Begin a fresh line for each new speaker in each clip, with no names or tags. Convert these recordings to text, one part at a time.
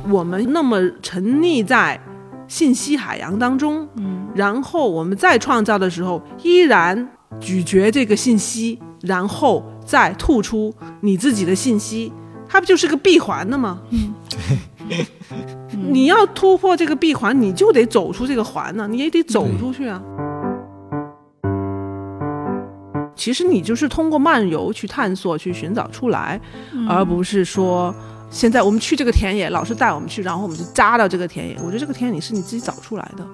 我们那么沉溺在信息海洋当中，然后我们再创造的时候依然咀嚼这个信息，然后再吐出你自己的信息，它不就是个闭环的吗？你要突破这个闭环，你就得走出这个环呢，你也得走出去啊。其实你就是通过漫游去探索，去寻找出来，而不是说现在我们去这个田野，老师带我们去，然后我们就扎到这个田野。我觉得这个田野是你自己找出来的。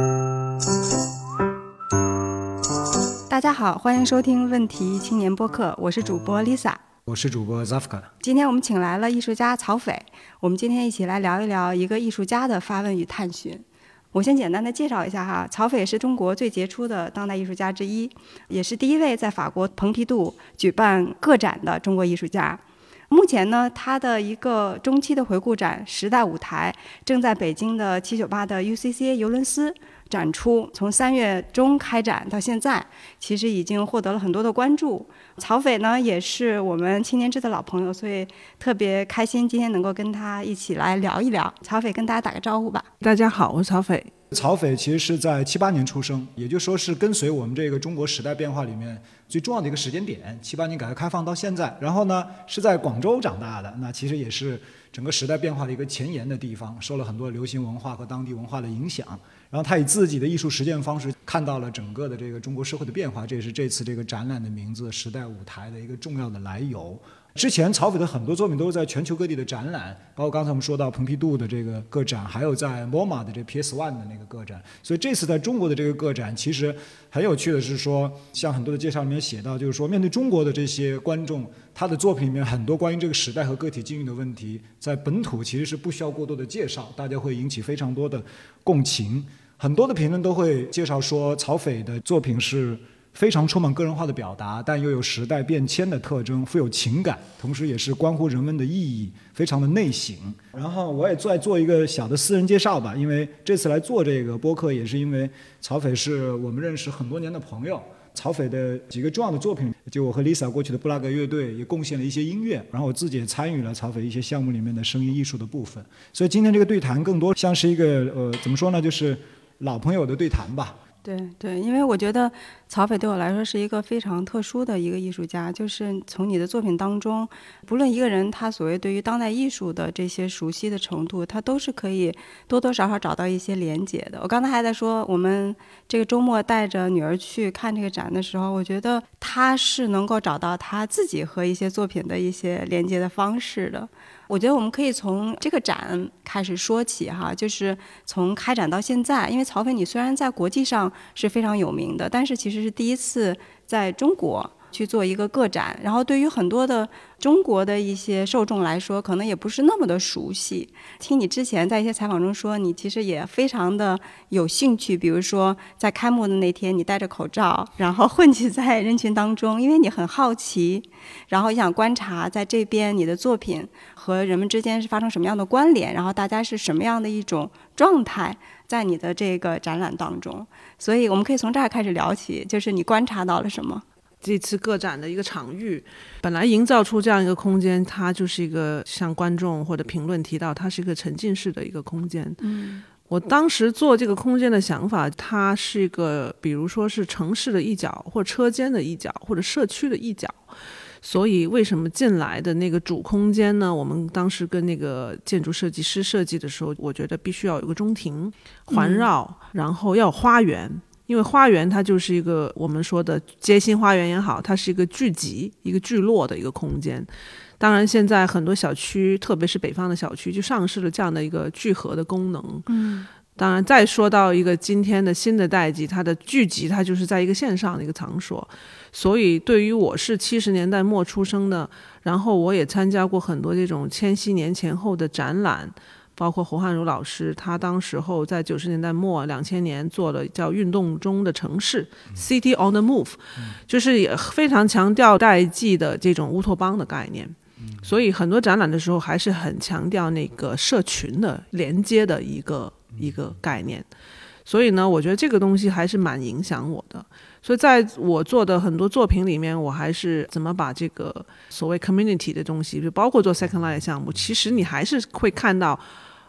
大家好，欢迎收听问题青年播客，我是主播 Lisa，
我是主播 Zafka。
今天我们请来了艺术家曹斐，我们今天一起来聊一聊一个艺术家的发问与探寻。我先简单的介绍一下哈，曹斐是中国最杰出的当代艺术家之一，也是第一位在法国蓬皮杜举办个展的中国艺术家。目前呢，他的一个中期的回顾展《时代舞台》正在北京的798的 UCCA 尤伦斯展出，从3月中开展到现在，其实已经获得了很多的关注。曹斐呢，也是我们青年志的老朋友，所以特别开心今天能够跟他一起来聊一聊。曹斐跟大家打个招呼吧。
大家好，我是曹斐。
曹斐其实是在78年出生，也就是说是跟随我们这个中国时代变化里面最重要的一个时间点，78年改革开放到现在。然后呢，是在广州长大的，那其实也是整个时代变化的一个前沿的地方，受了很多流行文化和当地文化的影响。然后他以自己的艺术实践方式看到了整个的这个中国社会的变化，这也是这次这个展览的名字《时代舞台》的一个重要的来由。之前曹斐的很多作品都是在全球各地的展览，包括刚才我们说到蓬皮杜的这个个展，还有在 MoMA 的这 PS1 的那个个展。所以这次在中国的这个个展，其实很有趣的是说，像很多的介绍里面写到，就是说面对中国的这些观众，他的作品里面很多关于这个时代和个体境遇的问题，在本土其实是不需要过多的介绍，大家会引起非常多的共情。很多的评论都会介绍说，曹斐的作品是非常充满个人化的表达，但又有时代变迁的特征，富有情感，同时也是关乎人文的意义，非常的内省。然后我也再做一个小的私人介绍吧，因为这次来做这个播客也是因为曹斐是我们认识很多年的朋友。曹斐的几个重要的作品，就我和 Lisa 过去的布拉格乐队也贡献了一些音乐，然后我自己也参与了曹斐一些项目里面的声音艺术的部分。所以今天这个对谈更多像是一个怎么说呢，就是老朋友的对谈吧。
对，因为我觉得曹斐对我来说是一个非常特殊的一个艺术家，就是从你的作品当中，不论一个人他所谓对于当代艺术的这些熟悉的程度，他都是可以多多少少找到一些连结的。我刚才还在说，我们这个周末带着女儿去看这个展的时候，我觉得他是能够找到他自己和一些作品的一些连接的方式的。我觉得我们可以从这个展开始说起哈，就是从开展到现在，因为曹斐你虽然在国际上是非常有名的，但是其实是第一次在中国去做一个个展，然后对于很多的中国的一些受众来说，可能也不是那么的熟悉。听你之前在一些采访中说，你其实也非常的有兴趣，比如说在开幕的那天，你戴着口罩，然后混迹在人群当中，因为你很好奇，然后想观察在这边你的作品和人们之间是发生什么样的关联，然后大家是什么样的一种状态在你的这个展览当中。所以我们可以从这儿开始聊起，就是你观察到了什么？
这次个展的一个场域，本来营造出这样一个空间，它就是一个像观众或者评论提到，它是一个沉浸式的一个空间。我当时做这个空间的想法，它是一个比如说是城市的一角，或者车间的一角，或者社区的一角。所以为什么进来的那个主空间呢？我们当时跟那个建筑设计师设计的时候，我觉得必须要有个中庭环绕，然后要有花园。因为花园它就是一个我们说的街心花园也好，它是一个聚集一个聚落的一个空间。当然现在很多小区，特别是北方的小区，就丧失了这样的一个聚合的功能。当然再说到一个今天的新的代际，它的聚集它就是在一个线上的一个场所。所以对于我是70年代末出生的，然后我也参加过很多这种千禧年前后的展览，包括侯汉儒老师，他当时候在90年代末2000年做了叫运动中的城市 City on the Move， 就是也非常强调代际的这种乌托邦的概念。所以很多展览的时候还是很强调那个社群的连接的一个概念。所以呢，我觉得这个东西还是蛮影响我的。所以在我做的很多作品里面，我还是怎么把这个所谓 community 的东西，就包括做 Second Life 的项目，其实你还是会看到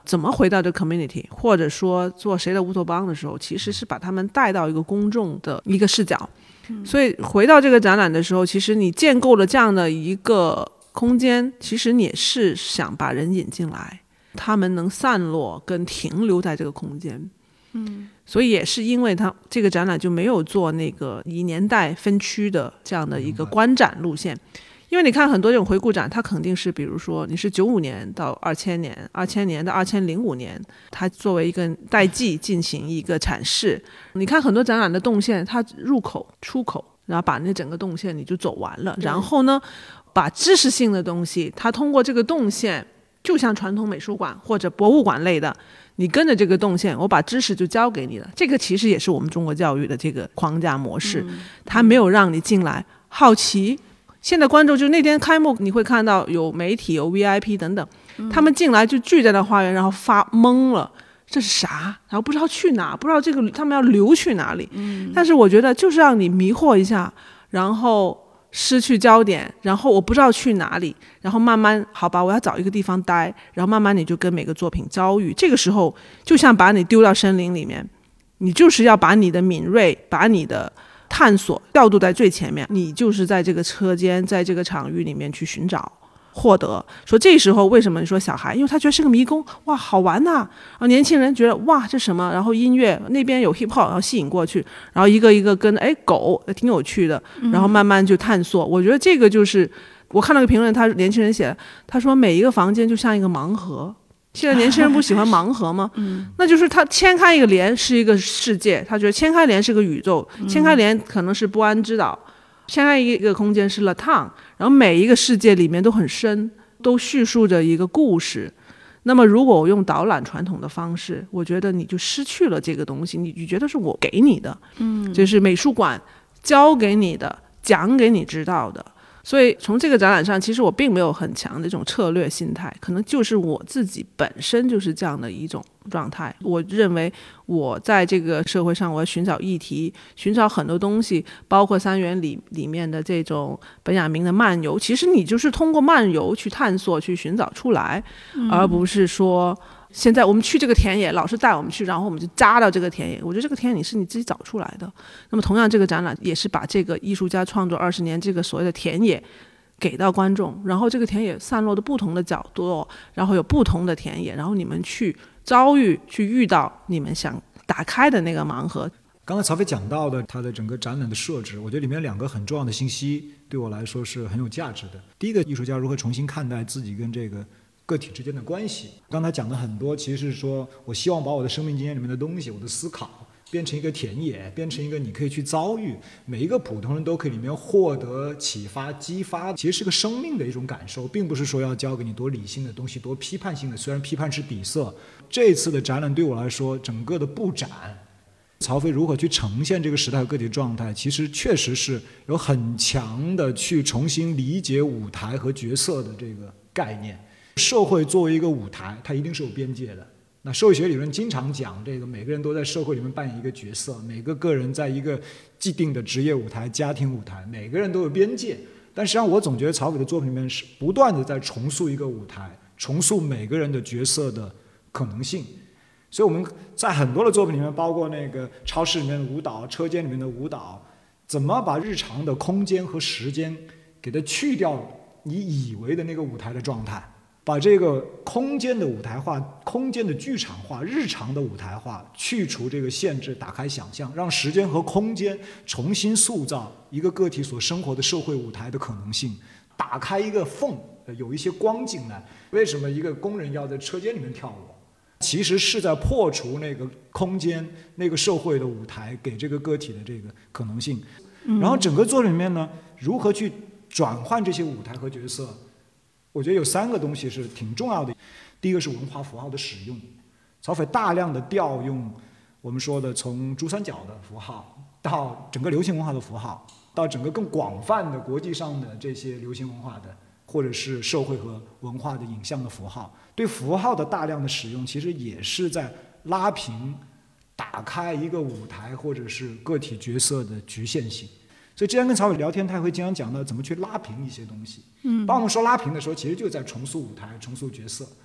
怎么回到这 community， 或者说做谁的乌托邦的时候，其实是把他们带到一个公众的一个视角。所以回到这个展览的时候，其实你建构了这样的一个空间，其实你也是想把人引进来，他们能散落跟停留在这个空间。所以也是因为它这个展览就没有做那个以年代分区的这样的一个观展路线。因为你看很多这种回顾展，它肯定是比如说你是95年到2000年，2000年到2005年，它作为一个代际进行一个阐释。你看很多展览的动线，它入口出口，然后把那整个动线你就走完了，然后呢把知识性的东西，它通过这个动线，就像传统美术馆或者博物馆类的，你跟着这个动线，我把知识就交给你了。这个其实也是我们中国教育的这个框架模式，它没有让你进来好奇。现在观众就那天开幕，你会看到有媒体有 VIP 等等，他们进来就聚在那花园，然后发懵了，这是啥？然后不知道去哪，不知道这个他们要流去哪里。但是我觉得就是让你迷惑一下，然后失去焦点，然后我不知道去哪里，然后慢慢好吧，我要找一个地方待，然后慢慢你就跟每个作品遭遇。这个时候就像把你丢到森林里面，你就是要把你的敏锐，把你的探索调度在最前面，你就是在这个车间，在这个场域里面去寻找获得。说这时候为什么你说小孩，因为他觉得是个迷宫，哇好玩呐，年轻人觉得哇这什么，然后音乐那边有 hip hop， 然后吸引过去，然后一个一个跟狗挺有趣的，然后慢慢就探索。我觉得这个就是我看到个评论，他年轻人写的，他说每一个房间就像一个盲盒。现在年轻人不喜欢盲盒吗？那就是他掀开一个帘是一个世界，他觉得掀开帘是个宇宙，掀开帘可能是不安之岛，掀开一个空间是 Le Temps， 然后每一个世界里面都很深，都叙述着一个故事。那么如果我用导览传统的方式，我觉得你就失去了这个东西，你觉得是我给你的，这是美术馆教给你的，讲给你知道的。所以从这个展览上，其实我并没有很强的这种策略心态，可能就是我自己本身就是这样的一种状态。我认为我在这个社会上，我要寻找议题，寻找很多东西，包括三元里面的这种本雅明的漫游，其实你就是通过漫游去探索，去寻找出来，而不是说现在我们去这个田野，老师带我们去，然后我们就扎到这个田野。我觉得这个田野是你自己找出来的。那么同样，这个展览也是把这个艺术家创作20年这个所谓的田野给到观众，然后这个田野散落的不同的角度，然后有不同的田野，然后你们去遭遇、去遇到你们想打开的那个盲盒。
刚才曹飞讲到的他的整个展览的设置，我觉得里面两个很重要的信息对我来说是很有价值的。第一个，艺术家如何重新看待自己跟这个个体之间的关系。刚才讲的很多其实是说我希望把我的生命经验里面的东西，我的思考变成一个田野，变成一个你可以去遭遇，每一个普通人都可以里面获得启发激发，其实是个生命的一种感受，并不是说要教给你多理性的东西，多批判性的，虽然批判是底色。这次的展览对我来说，整个的布展曹飞如何去呈现这个时代和个体状态，其实确实是有很强的去重新理解舞台和角色的这个概念。社会作为一个舞台，它一定是有边界的。那社会学理论经常讲这个，每个人都在社会里面扮演一个角色，每个个人在一个既定的职业舞台、家庭舞台，每个人都有边界。但实际上我总觉得曹斐的作品里面是不断的在重塑一个舞台，重塑每个人的角色的可能性。所以我们在很多的作品里面，包括那个超市里面的舞蹈、车间里面的舞蹈，怎么把日常的空间和时间给它去掉你以为的那个舞台的状态，把这个空间的舞台化、空间的剧场化、日常的舞台化，去除这个限制，打开想象，让时间和空间重新塑造一个个体所生活的社会舞台的可能性，打开一个缝，有一些光进来。为什么一个工人要在车间里面跳舞？其实是在破除那个空间、那个社会的舞台给这个个体的这个可能性。然后整个作品里面呢，如何去转换这些舞台和角色，我觉得有3个东西是挺重要的。第一个是文化符号的使用，曹斐大量的调用我们说的从珠三角的符号到整个流行文化的符号，到整个更广泛的国际上的这些流行文化的或者是社会和文化的影像的符号，对符号的大量的使用，其实也是在拉平、打开一个舞台或者是个体角色的局限性。所以之前跟曹斐聊天，他也会经常讲到怎么去拉平一些东当我们说拉平的时候，其实就在重塑舞台、重塑角色。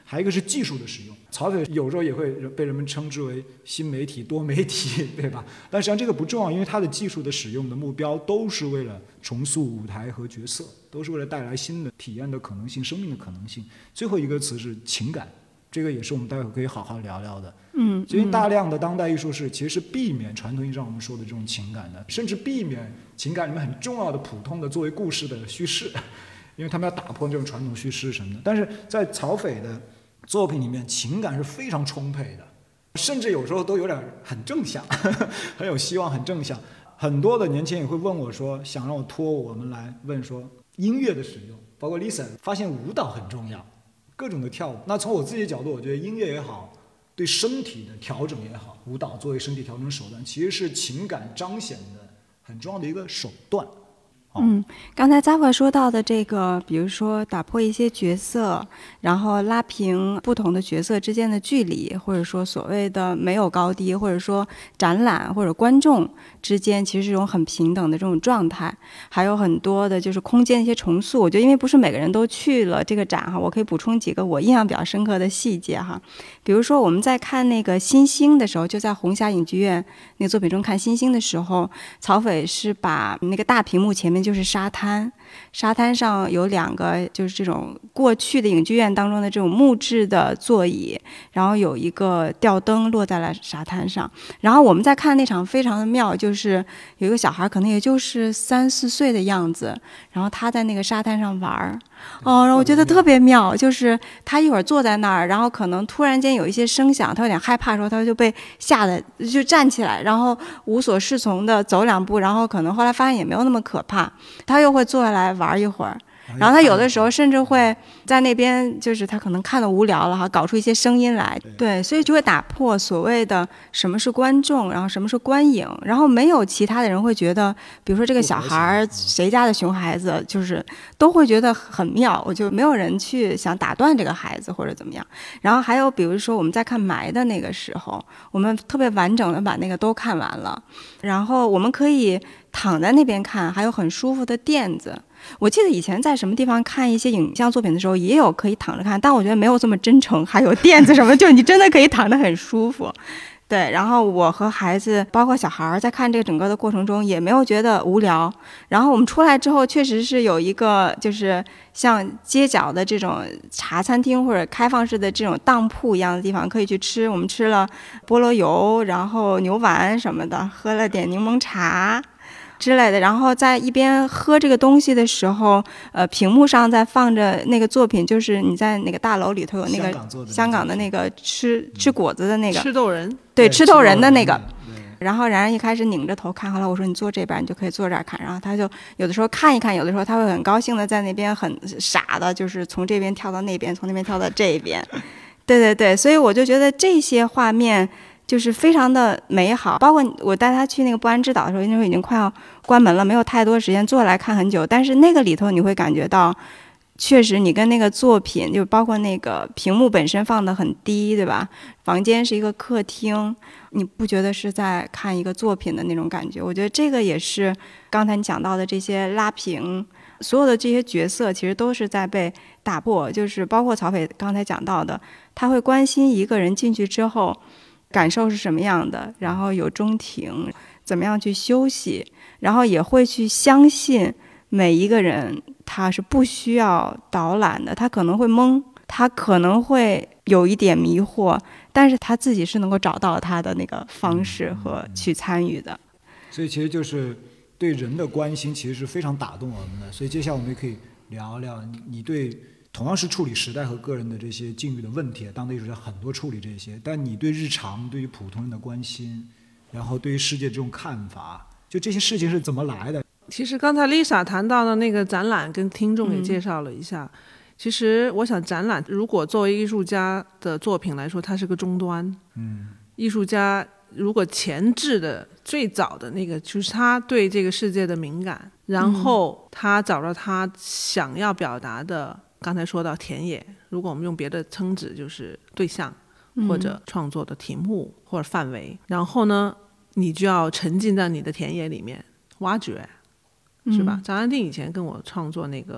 还有一个是技术的使用。曹斐有时候也会被人们称之为新媒体多媒体，对吧？但实际上这个不重要，因为它的技术的使用的目标都是为了重塑舞台和角色，都是为了带来新的体验的可能性、生命的可能性。最后一个词是情感，这个也是我们待会可以好好聊聊的。因为大量的当代艺术是其实是避免传统意义上我们说的这种情感的，甚至避免情感里面很重要的普通的作为故事的叙事，因为他们要打破这种传统叙事什么的。但是在曹斐的作品里面，情感是非常充沛的，甚至有时候都有点很正向，很有希望，很正向。很多的年轻人也会问我说，想让我托我们来问说音乐的使用，包括 Lisa 发现舞蹈很重要，各种的跳舞。那从我自己的角度，我觉得音乐也好，对身体的调整也好，舞蹈作为身体调整手段，其实是情感彰显的很重要的一个手段。
刚才Zafar说到的这个，比如说打破一些角色，然后拉平不同的角色之间的距离，或者说所谓的没有高低，或者说展览或者观众之间其实是一种很平等的这种状态，还有很多的就是空间的一些重塑。我觉得因为不是每个人都去了这个展哈，我可以补充几个我印象比较深刻的细节哈。比如说我们在看那个星星的时候，就在红霞影剧院那个作品中看星星的时候，曹斐是把那个大屏幕前面就是沙滩，沙滩上有2个就是这种过去的影剧院当中的这种木质的座椅，然后有一个吊灯落在了沙滩上。然后我们在看那场非常的妙，就是有一个小孩可能也就是3、4岁的样子，然后他在那个沙滩上玩然后我觉得特别妙，就是他一会儿坐在那儿，然后可能突然间有一些声响，他有点害怕的时候，他就被吓得就站起来，然后无所适从的走2步，然后可能后来发现也没有那么可怕，他又会坐下来玩一会儿。然后他有的时候甚至会在那边，就是他可能看得无聊了哈，搞出一些声音来，对，所以就会打破所谓的什么是观众，然后什么是观影，然后没有其他的人会觉得，比如说这个小孩谁家的熊孩子，就是都会觉得很妙，我就没有人去想打断这个孩子或者怎么样。然后还有比如说我们在看埋的那个时候，我们特别完整的把那个都看完了，然后我们可以躺在那边看，还有很舒服的垫子。我记得以前在什么地方看一些影像作品的时候也有可以躺着看，但我觉得没有这么真诚，还有垫子什么，就你真的可以躺得很舒服。对，然后我和孩子包括小孩在看这个整个的过程中也没有觉得无聊。然后我们出来之后确实是有一个就是像街角的这种茶餐厅或者开放式的这种当铺一样的地方可以去吃，我们吃了菠萝油，然后牛丸什么的，喝了点柠檬茶之类的，然后在一边喝这个东西的时候，屏幕上在放着那个作品，就是你在那个大楼里头有那个香港的那个吃果子的那个
吃豆人，
对，吃豆人的那个。然后然后一开始拧着头看，后来我说你坐这边，你就可以坐这儿看。然后他就有的时候看一看，有的时候他会很高兴的在那边很傻的，就是从这边跳到那边，从那边跳到这边。对对对，所以我就觉得这些画面就是非常的美好。包括我带他去那个不安之岛的时候，那时候已经快要关门了，没有太多时间坐下来看很久，但是那个里头你会感觉到确实你跟那个作品，就包括那个屏幕本身放得很低，对吧？房间是一个客厅，你不觉得是在看一个作品的那种感觉。我觉得这个也是刚才你讲到的这些拉平，所有的这些角色其实都是在被打破，就是包括曹斐刚才讲到的，他会关心一个人进去之后感受是什么样的，然后有中庭怎么样去休息，然后也会去相信每一个人他是不需要导览的，他可能会懵，他可能会有一点迷惑，但是他自己是能够找到他的那个方式和去参与的。
所以其实就是对人的关心其实是非常打动我们的。所以接下来我们也可以聊聊你对同样是处理时代和个人的这些境遇的问题，当代艺术家很多处理这些，但你对日常对于普通人的关心，然后对于世界这种看法，就这些事情是怎么来的？
其实刚才 Lisa 谈到的那个展览跟听众也介绍了一下，其实我想展览如果作为艺术家的作品来说，它是个终端。艺术家如果前置的最早的那个就是他对这个世界的敏感，然后他找到他想要表达的，刚才说到田野，如果我们用别的称指就是对象或者创作的题目或者范围，然后呢你就要沉浸在你的田野里面挖掘，是吧？张安定以前跟我创作那个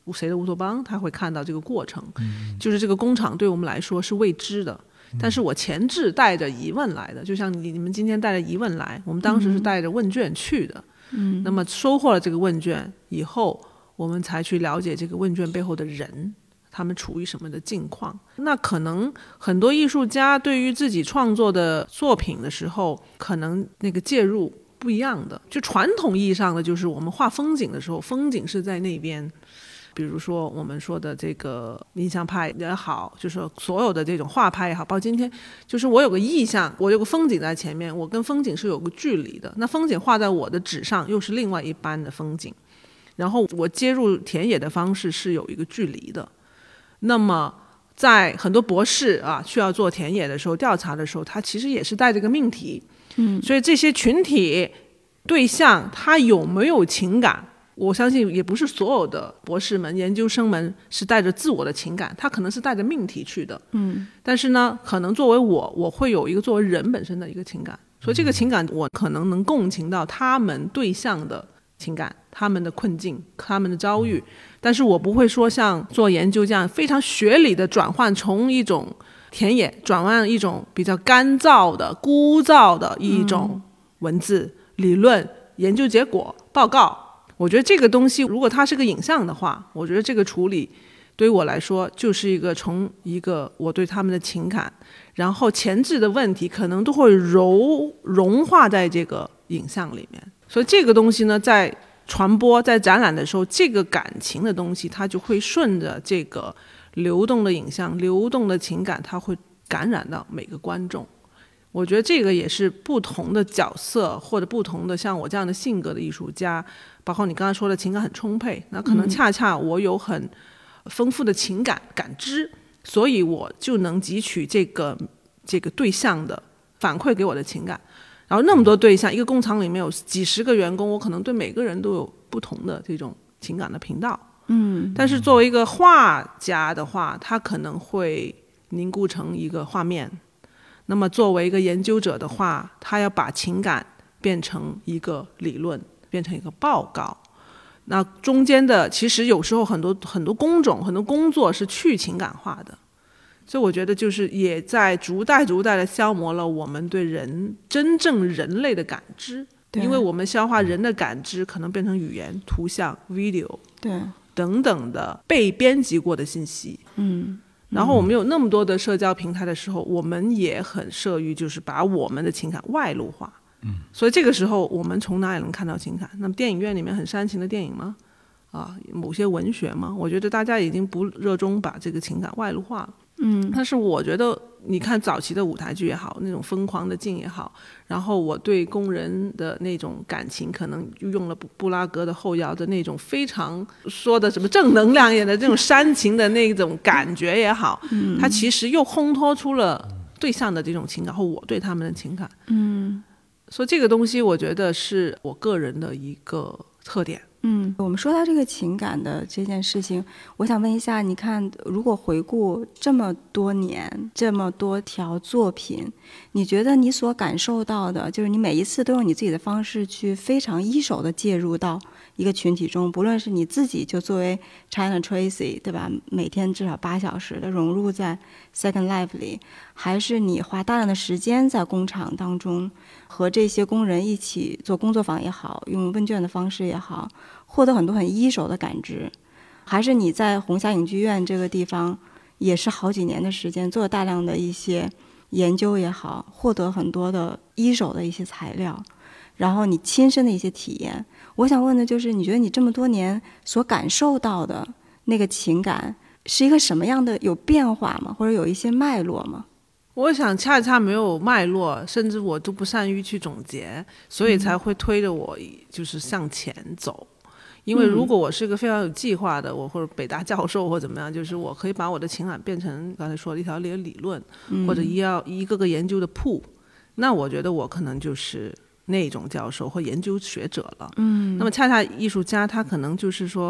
谁的乌托邦，他会看到这个过程，就是这个工厂对我们来说是未知的，但是我前置带着疑问来的，就像你们今天带着疑问来，我们当时是带着问卷去的，那么收获了这个问卷以后，我们才去了解这个问卷背后的人，他们处于什么的境况。那可能很多艺术家对于自己创作的作品的时候，可能那个介入不一样的，就传统意义上的就是我们画风景的时候，风景是在那边，比如说我们说的这个印象派也好，就是所有的这种画派也好，包括今天就是我有个意象，我有个风景在前面，我跟风景是有个距离的，那风景画在我的纸上又是另外一般的风景，然后我接入田野的方式是有一个距离的。那么在很多博士需要做田野的时候，调查的时候，他其实也是带这个命题，所以这些群体对象他有没有情感，我相信也不是所有的博士们研究生们是带着自我的情感，他可能是带着命题去的，但是呢可能作为我会有一个作为人本身的一个情感，所以这个情感我可能能共情到他们对象的情感，他们的困境，他们的遭遇，但是我不会说像做研究这样非常学理的转换，从一种田野转换一种比较干燥的枯燥的一种文字、理论、研究结果、报告。我觉得这个东西如果它是个影像的话，我觉得这个处理对于我来说就是一个从一个我对他们的情感，然后前置的问题可能都会融化在这个影像里面，所以这个东西呢在传播在展览的时候，这个感情的东西它就会顺着这个流动的影像、流动的情感，它会感染到每个观众。我觉得这个也是不同的角色或者不同的像我这样的性格的艺术家，包括你刚才说的情感很充沛，那可能恰恰我有很丰富的情感感知，所以我就能汲取这个对象的反馈给我的情感。然后那么多对象，一个工厂里面有几十个员工，我可能对每个人都有不同的这种情感的频道。但是作为一个画家的话，他可能会凝固成一个画面。那么作为一个研究者的话，他要把情感变成一个理论，变成一个报告。那中间的其实有时候很多工种、很多工作是去情感化的。所以我觉得就是也在逐代的消磨了我们对真正人类的感知，因为我们消化人的感知可能变成语言、图像、video 等等的被编辑过的信息。然后我们有那么多的社交平台的时候，我们也很摄于就是把我们的情感外露化。所以这个时候我们从哪里能看到情感？那么电影院里面很煽情的电影吗？某些文学吗？我觉得大家已经不热衷把这个情感外露化了。但是我觉得你看早期的舞台剧也好，那种疯狂的劲也好，然后我对工人的那种感情可能用了布拉格的后摇的那种非常说的什么正能量一点的这种煽情的那种感觉也好，它其实又烘托出了对象的这种情感和我对他们的情感。所以这个东西我觉得是我个人的一个特点。
我们说到这个情感的这件事情，我想问一下，你看如果回顾这么多年这么多条作品，你觉得你所感受到的，就是你每一次都用你自己的方式去非常一手的介入到一个群体中，不论是你自己就作为 China Tracy 对吧，每天至少8小时的融入在 Second Life 里，还是你花大量的时间在工厂当中和这些工人一起做工作坊也好，用问卷的方式也好，获得很多很一手的感知，还是你在红霞影剧院这个地方也是好几年的时间做了大量的一些研究也好，获得很多的一手的一些材料，然后你亲身的一些体验。我想问的就是，你觉得你这么多年所感受到的那个情感是一个什么样的，有变化吗？或者有一些脉络吗？
我想恰恰没有脉络，甚至我都不善于去总结，所以才会推着我就是向前走。因为如果我是一个非常有计划的，我或者北大教授或怎么样，就是我可以把我的情感变成刚才说的一条理论，或者一个个研究的铺，那我觉得我可能就是那种教授或研究学者了。那么恰恰艺术家他可能就是说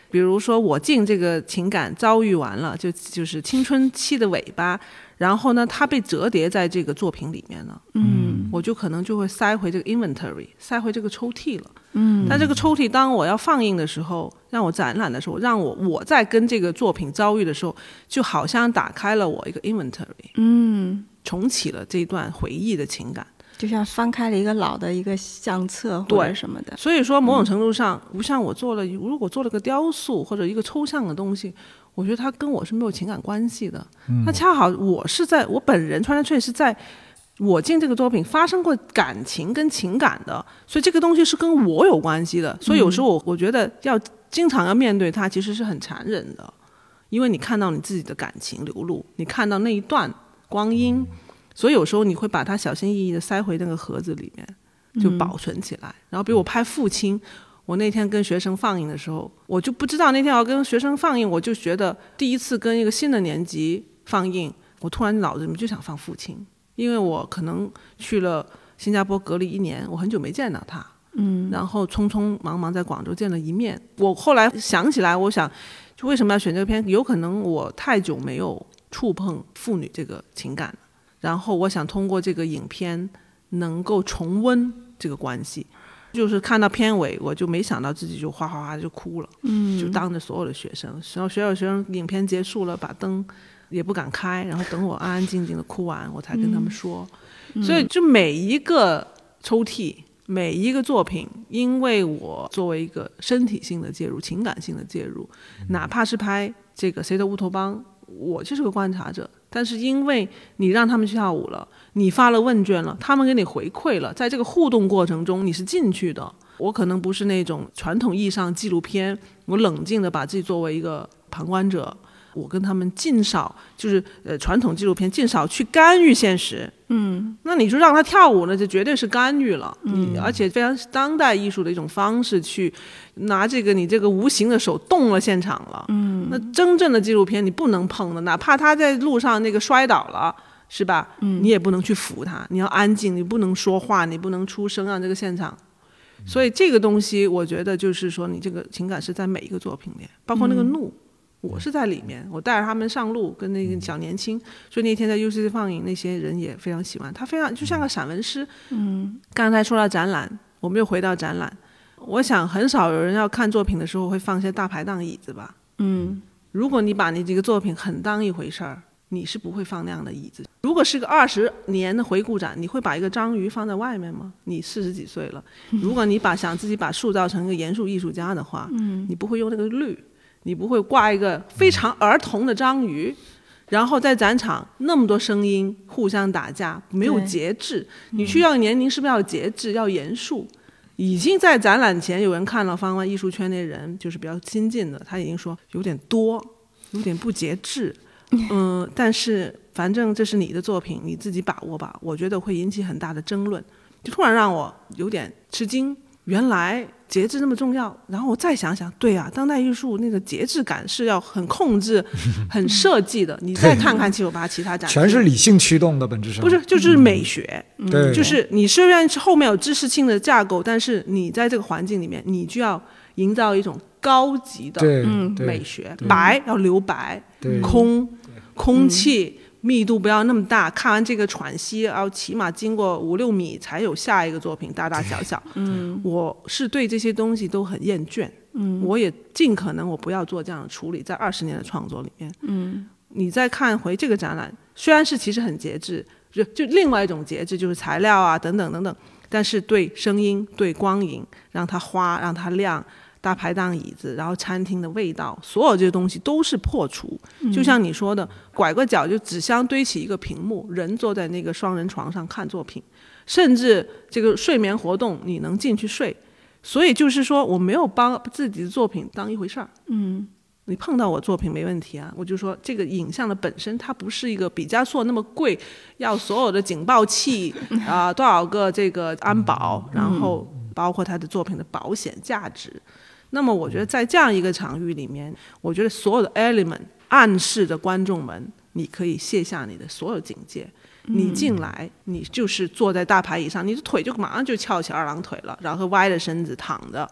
比如说我进这个情感遭遇完了，就是青春期的尾巴，然后呢它被折叠在这个作品里面了，我就可能就会塞回这个 inventory， 塞回这个抽屉了。但这个抽屉当我要放映的时候，让我展览的时候，让我在跟这个作品遭遇的时候，就好像打开了我一个 inventory，重启了这段回忆的情感，
就像翻开了一个老的一个相册或者什么的。
所以说某种程度上，不像如果做了个雕塑或者一个抽象的东西，我觉得它跟我是没有情感关系的。那恰好我本人穿着是在我进这个作品发生过感情跟情感的，所以这个东西是跟我有关系的。所以有时候我觉得经常要面对它，其实是很残忍的，因为你看到你自己的感情流露，你看到那一段光阴，所以有时候你会把它小心翼翼的塞回那个盒子里面，就保存起来。然后比如我拍父亲，我那天跟学生放映的时候，我就不知道那天要跟学生放映，我就觉得第一次跟一个新的年级放映，我突然脑子里面就想放父亲，因为我可能去了新加坡隔离1年，我很久没见到他，然后匆匆忙忙在广州见了一面。我后来想起来，我想就为什么要选这个片，有可能我太久没有触碰父女这个情感，然后我想通过这个影片能够重温这个关系。就是看到片尾，我就没想到自己就哗哗哗就哭了，就当着所有的学生，然后所有学生影片结束了，把灯也不敢开，然后等我安安静静的哭完，我才跟他们说。所以就每一个抽屉，每一个作品，因为我作为一个身体性的介入，情感性的介入，哪怕是拍这个谁的乌托邦，我就是个观察者，但是因为你让他们去跳舞了，你发了问卷了，他们给你回馈了，在这个互动过程中你是进去的。我可能不是那种传统意义上纪录片，我冷静的把自己作为一个旁观者，我跟他们尽少就是传统纪录片尽少去干预现实。那你说让他跳舞呢，这绝对是干预了，而且非常当代艺术的一种方式，去拿你这个无形的手动了现场了。那真正的纪录片你不能碰的，哪怕他在路上那个摔倒了，是吧？你也不能去扶他，你要安静，你不能说话，你不能出声，让这个现场。所以这个东西我觉得就是说，你这个情感是在每一个作品里，包括那个怒，我是在里面，我带着他们上路，跟那个小年轻，所以那天在 UCC 放映，那些人也非常喜欢，他非常就像个散文诗。刚才说到展览，我们又回到展览，我想很少有人要看作品的时候会放些大排档椅子吧。如果你把你这个作品很当一回事儿，你是不会放那样的椅子。如果是个20年的回顾展，你会把一个章鱼放在外面吗？你40几岁了，如果你想自己把塑造成一个严肃艺术家的话，你不会用那个绿，你不会挂一个非常儿童的章鱼，然后在展场那么多声音互相打架，没有节制。你去要年龄是不是要有节制，要严肃？已经在展览前有人看了方湾艺术圈内人，就是比较亲近的，他已经说有点多，有点不节制。但是反正这是你的作品，你自己把握吧。我觉得会引起很大的争论，就突然让我有点吃惊，原来节制那么重要。然后我再想想，对啊，当代艺术那个节制感是要很控制很设计的。你再看看798其他展
全是理性驱动的，本质上
不是，就是美学。
对，
就是你虽然是后面有知识性的架构，但是你在这个环境里面，你就要营造一种高级的美学。白要留白，空气密度不要那么大，看完这个喘息，然后起码经过5、6米才有下一个作品，大大小小。我是对这些东西都很厌倦。我也尽可能我不要做这样的处理，在20年的创作里面。你再看回这个展览，虽然是其实很节制，就另外一种节制，就是材料啊等等等等，但是对声音、对光影，让它花，让它亮。大排档椅子，然后餐厅的味道，所有这些东西都是破除。就像你说的，拐个角就纸箱堆起一个屏幕，人坐在那个双人床上看作品，甚至这个睡眠活动你能进去睡。所以就是说，我没有把自己的作品当一回事儿。你碰到我作品没问题啊，我就说这个影像的本身它不是一个毕加索那么贵，要所有的警报器多少个这个安保，然后包括他的作品的保险价值。那么我觉得在这样一个场域里面，我觉得所有的 element 暗示着观众们，你可以卸下你的所有警戒，你进来你就是坐在大排椅上，你的腿就马上就翘起2郎腿了，然后歪着身子躺着，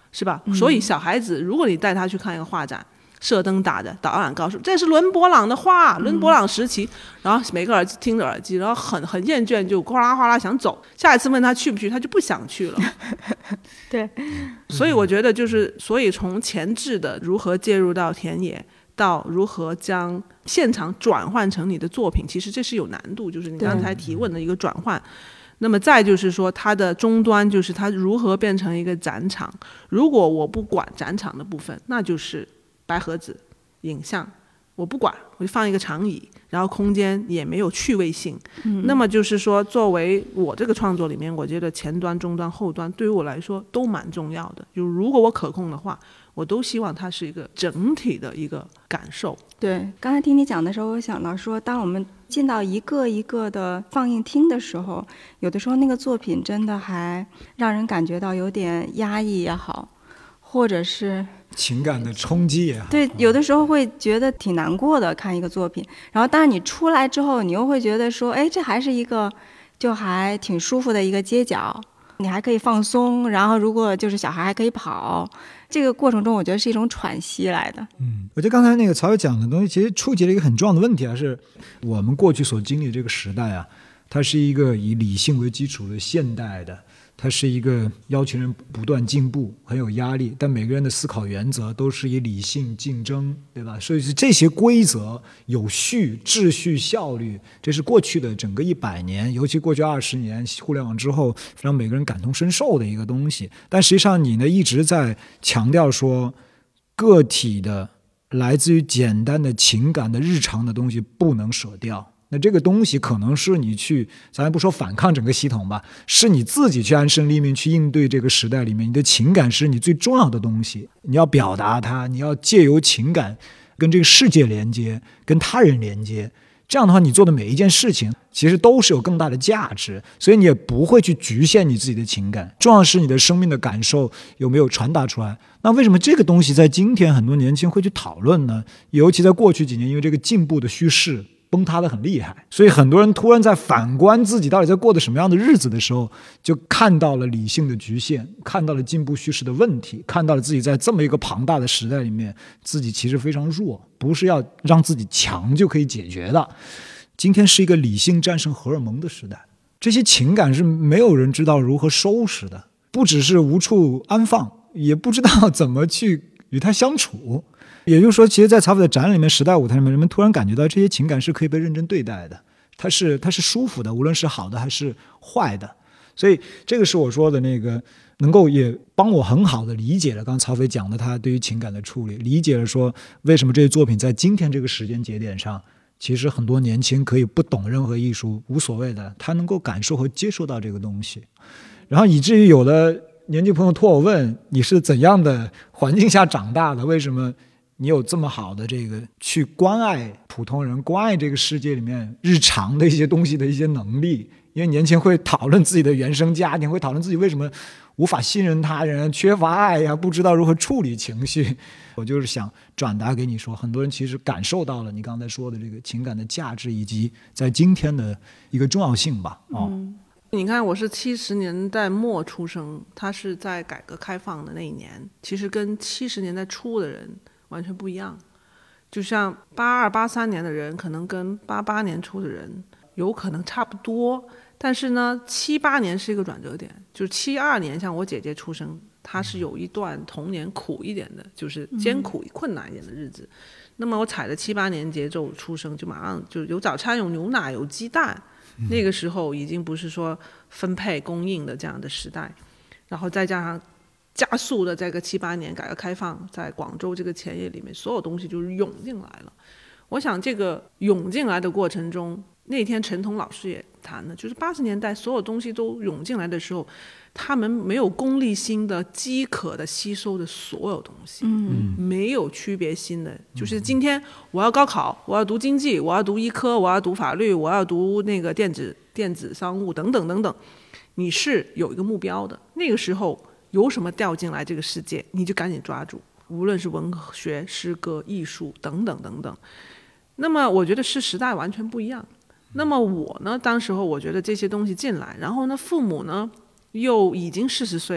是吧？所以小孩子如果你带他去看一个画展，射灯打着，导览告诉这是伦勃朗的画，伦勃朗时期，然后每个人听着耳机，然后很厌倦，就哗啦哗啦想走。下一次问他去不去，他就不想去了。
对，
所以我觉得所以从前置的如何介入到田野，到如何将现场转换成你的作品，其实这是有难度，就是你刚才提问的一个转换。那么再就是说它的终端，就是它如何变成一个展场。如果我不管展场的部分，那就是白盒子影像，我不管，我就放一个长椅，然后空间也没有趣味性。那么就是说作为我这个创作里面，我觉得前端中端后端对于我来说都蛮重要的，就如果我可控的话，我都希望它是一个整体的一个感受。
对，刚才听你讲的时候，我想到说，当我们进到一个一个的放映厅的时候，有的时候那个作品真的还让人感觉到有点压抑也好，或者是
情感的冲击也好，
对，有的时候会觉得挺难过的，看一个作品，然后但是你出来之后，你又会觉得说，哎，这还是一个就还挺舒服的一个街角，你还可以放松，然后如果就是小孩还可以跑，这个过程中我觉得是一种喘息来的。
我觉得刚才那个曹伟讲的东西其实触及了一个很重要的问题啊，是我们过去所经历的这个时代啊，它是一个以理性为基础的现代的，它是一个要求人不断进步，很有压力，但每个人的思考原则都是以理性竞争，对吧？所以是这些规则、有序、秩序、效率，这是过去的整个100年，尤其过去20年互联网之后，让每个人感同身受的一个东西。但实际上你呢一直在强调说，个体的来自于简单的情感的日常的东西不能舍掉。那这个东西可能是你去，咱也不说反抗整个系统吧，是你自己去安身立命，去应对这个时代里面，你的情感是你最重要的东西，你要表达它，你要借由情感跟这个世界连接，跟他人连接，这样的话你做的每一件事情其实都是有更大的价值，所以你也不会去局限你自己的情感，重要是你的生命的感受有没有传达出来。那为什么这个东西在今天很多年轻人会去讨论呢？尤其在过去几年，因为这个进步的叙事崩塌的很厉害，所以很多人突然在反观自己到底在过的什么样的日子的时候，就看到了理性的局限，看到了进步叙事的问题，看到了自己在这么一个庞大的时代里面，自己其实非常弱，不是要让自己强就可以解决的。今天是一个理性战胜荷尔蒙的时代，这些情感是没有人知道如何收拾的，不只是无处安放，也不知道怎么去与它相处。也就是说，其实在曹斐的展里面，时代舞台里面，人们突然感觉到这些情感是可以被认真对待的，它是舒服的，无论是好的还是坏的。所以这个是我说的那个能够也帮我很好的理解了刚刚曹斐讲的他对于情感的处理，理解了说为什么这些作品在今天这个时间节点上，其实很多年轻可以不懂任何艺术无所谓的，他能够感受和接受到这个东西，然后以至于有的年轻朋友托我问你是怎样的环境下长大的，为什么你有这么好的这个去关爱普通人，关爱这个世界里面日常的一些东西的一些能力。因为年轻会讨论自己的原生家庭，会讨论自己为什么无法信任他人，缺乏爱呀，不知道如何处理情绪。我就是想转达给你说，很多人其实感受到了你刚才说的这个情感的价值，以及在今天的一个重要性吧。
你看我是70年代末出生，他是在改革开放的那一年，其实跟70年代初的人完全不一样。就像82、83年的人可能跟88年初的人有可能差不多，但是呢78年是一个转折点，就是72年像我姐姐出生，她是有一段童年苦一点的，就是艰苦困难一点的日子。那么我踩着78年节奏出生，就马上就有早餐有牛奶有鸡蛋，那个时候已经不是说分配供应的这样的时代，然后再加上加速的这个78年改革开放，在广州这个前夜里面，所有东西就是涌进来了。我想这个涌进来的过程中，那天陈彤老师也谈了，就是80年代所有东西都涌进来的时候，他们没有功利心的饥渴的吸收的所有东西，没有区别心的，就是今天我要高考，我要读经济，我要读医科，我要读法律，我要读那个电子商务等等等等，你是有一个目标的。那个时候有什么掉进来这个世界，你就赶紧抓住，无论是文学、诗歌、艺术等等等等。那么我觉得是时代完全不一样。那么我呢，当时候我觉得这些东西进来，然后呢父母呢又已经40岁了，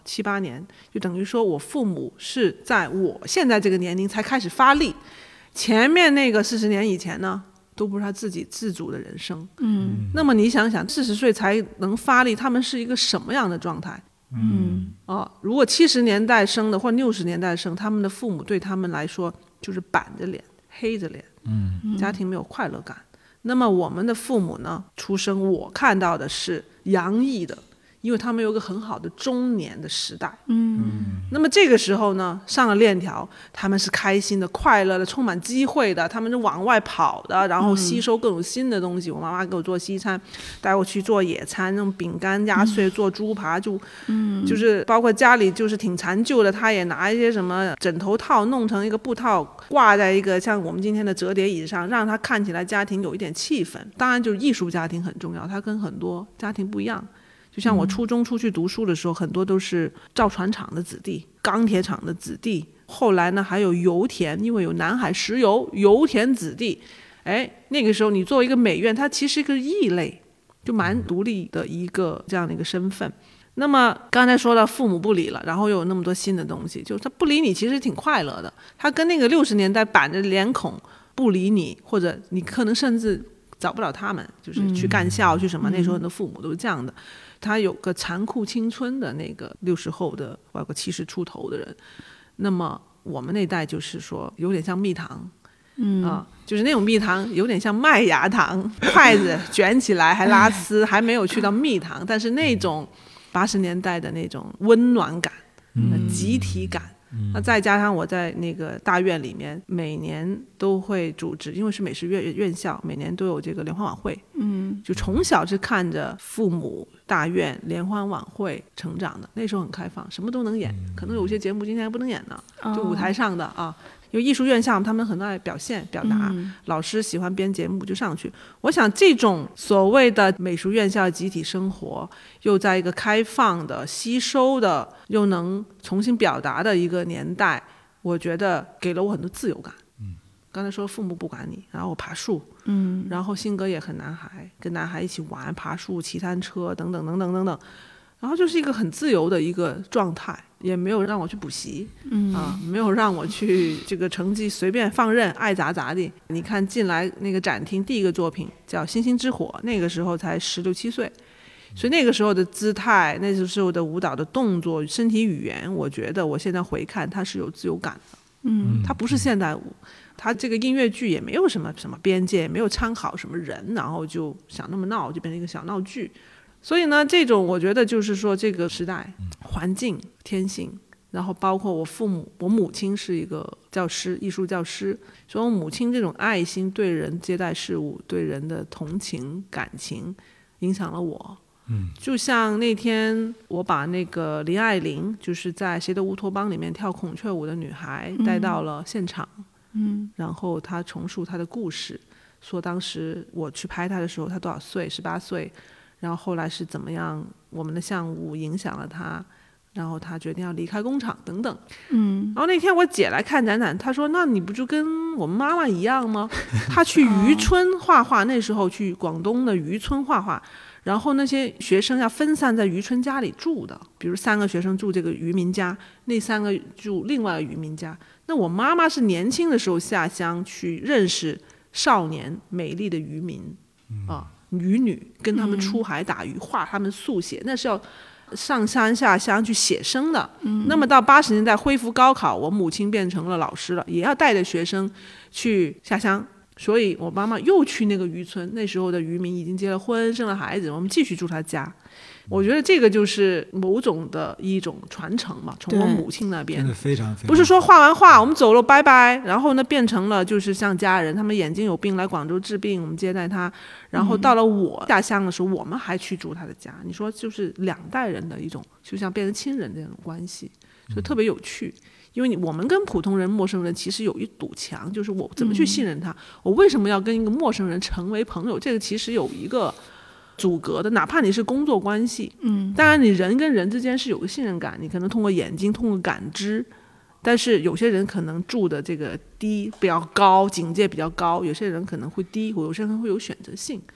7、8年，就等于说我父母是在我现在这个年龄才开始发力，前面那个40年以前呢，都不是他自己自主的人生。那么你想想，40岁才能发力，他们是一个什么样的状态？如果70年代生的或60年代生，他们的父母对他们来说就是板着脸、黑着脸，家庭没有快乐感。那么我们的父母呢，出生我看到的是洋溢的，因为他们有个很好的中年的时代。那么这个时候呢，上了链条，他们是开心的、快乐的、充满机会的，他们是往外跑的，然后吸收各种新的东西。我妈妈给我做西餐，带我去做野餐，那种饼干、压碎、做猪扒，就是包括家里就是挺残旧的，他也拿一些什么枕头套弄成一个布套，挂在一个像我们今天的折叠椅上，让他看起来家庭有一点气氛。当然，就是艺术家庭很重要，他跟很多家庭不一样。就像我初中出去读书的时候，很多都是造船厂的子弟、钢铁厂的子弟，后来呢还有油田，因为有南海石油，油田子弟。那个时候你作为一个美院，它其实是一个异类，就蛮独立的一个这样的一个身份。那么刚才说到父母不理了，然后又有那么多新的东西，就是他不理你其实挺快乐的，他跟那个60年代板着脸孔不理你，或者你可能甚至找不了他们，就是去干校去什么，那时候很多父母都是这样的。他有个残酷青春的那个60后的，包括70出头的人。那么我们那代就是说有点像蜜糖，就是那种蜜糖有点像麦芽糖，筷子卷起来还拉丝，还没有去到蜜糖，但是那种80年代的那种温暖感、集体感。那再加上我在那个大院里面，每年都会组织，因为是美术院校，每年都有这个联欢晚会。就从小是看着父母大院联欢晚会成长的。那时候很开放，什么都能演，可能有些节目今天还不能演呢，就舞台上的啊。因为艺术院校他们很爱表现表达，老师喜欢编节目就上去。我想这种所谓的美术院校集体生活，又在一个开放的、吸收的，又能重新表达的一个年代，我觉得给了我很多自由感。刚才说父母不管你，然后我爬树，然后性格也很男孩，跟男孩一起玩、爬树、骑单车等等等等等等，然后就是一个很自由的一个状态。也没有让我去补习，没有让我去这个成绩随便放任，爱咋咋地。你看进来那个展厅，第一个作品叫《星星之火》，那个时候才16、17岁，所以那个时候的姿态，那个时候的舞蹈的动作、身体语言，我觉得我现在回看，它是有自由感的。它不是现代舞，它这个音乐剧也没有什么边界，没有参考什么人，然后就想那么闹，就变成一个小闹剧。所以呢，这种我觉得就是说，这个时代环境、天性，然后包括我母亲是一个教师，艺术教师，所以我母亲这种爱心、对人接待事物、对人的同情感情，影响了我。就像那天我把那个林爱玲，就是在《谁的乌托邦》里面跳孔雀舞的女孩带到了现场，然后她重述她的故事，说当时我去拍她的时候，她多少岁？18岁。然后后来是怎么样，我们的项目影响了他，然后他决定要离开工厂等等。然后那天我姐来看展览，她说那你不就跟我们妈妈一样吗？她去渔村画画，那时候去广东的渔村画画，然后那些学生要分散在渔村家里住的，比如3个学生住这个渔民家，那3个住另外一个渔民家。那我妈妈是年轻的时候下乡去认识少年美丽的渔民渔女，跟他们出海打鱼，画他们速写，那是要上山下乡去写生的。那么到80年代恢复高考，我母亲变成了老师了，也要带着学生去下乡，所以我妈妈又去那个渔村，那时候的渔民已经结了婚生了孩子，我们继续住他家。我觉得这个就是某种的一种传承嘛，从我母亲那边，
真的非常非常，
不是说画完画我们走了拜拜，然后呢变成了就是像家人，他们眼睛有病来广州治病，我们接待他，然后到了我下乡的时候，我们还去住他的家。你说就是2代人的一种，就像变成亲人这种关系，所以特别有趣。因为我们跟普通人、陌生人其实有一堵墙，就是我怎么去信任他，我为什么要跟一个陌生人成为朋友？这个其实有一个阻隔的，哪怕你是工作关系，当然你人跟人之间是有个信任感，你可能通过眼睛，通过感知，但是有些人可能住的这个低比较高，警戒比较高，有些人可能会低，有些人会有选择性，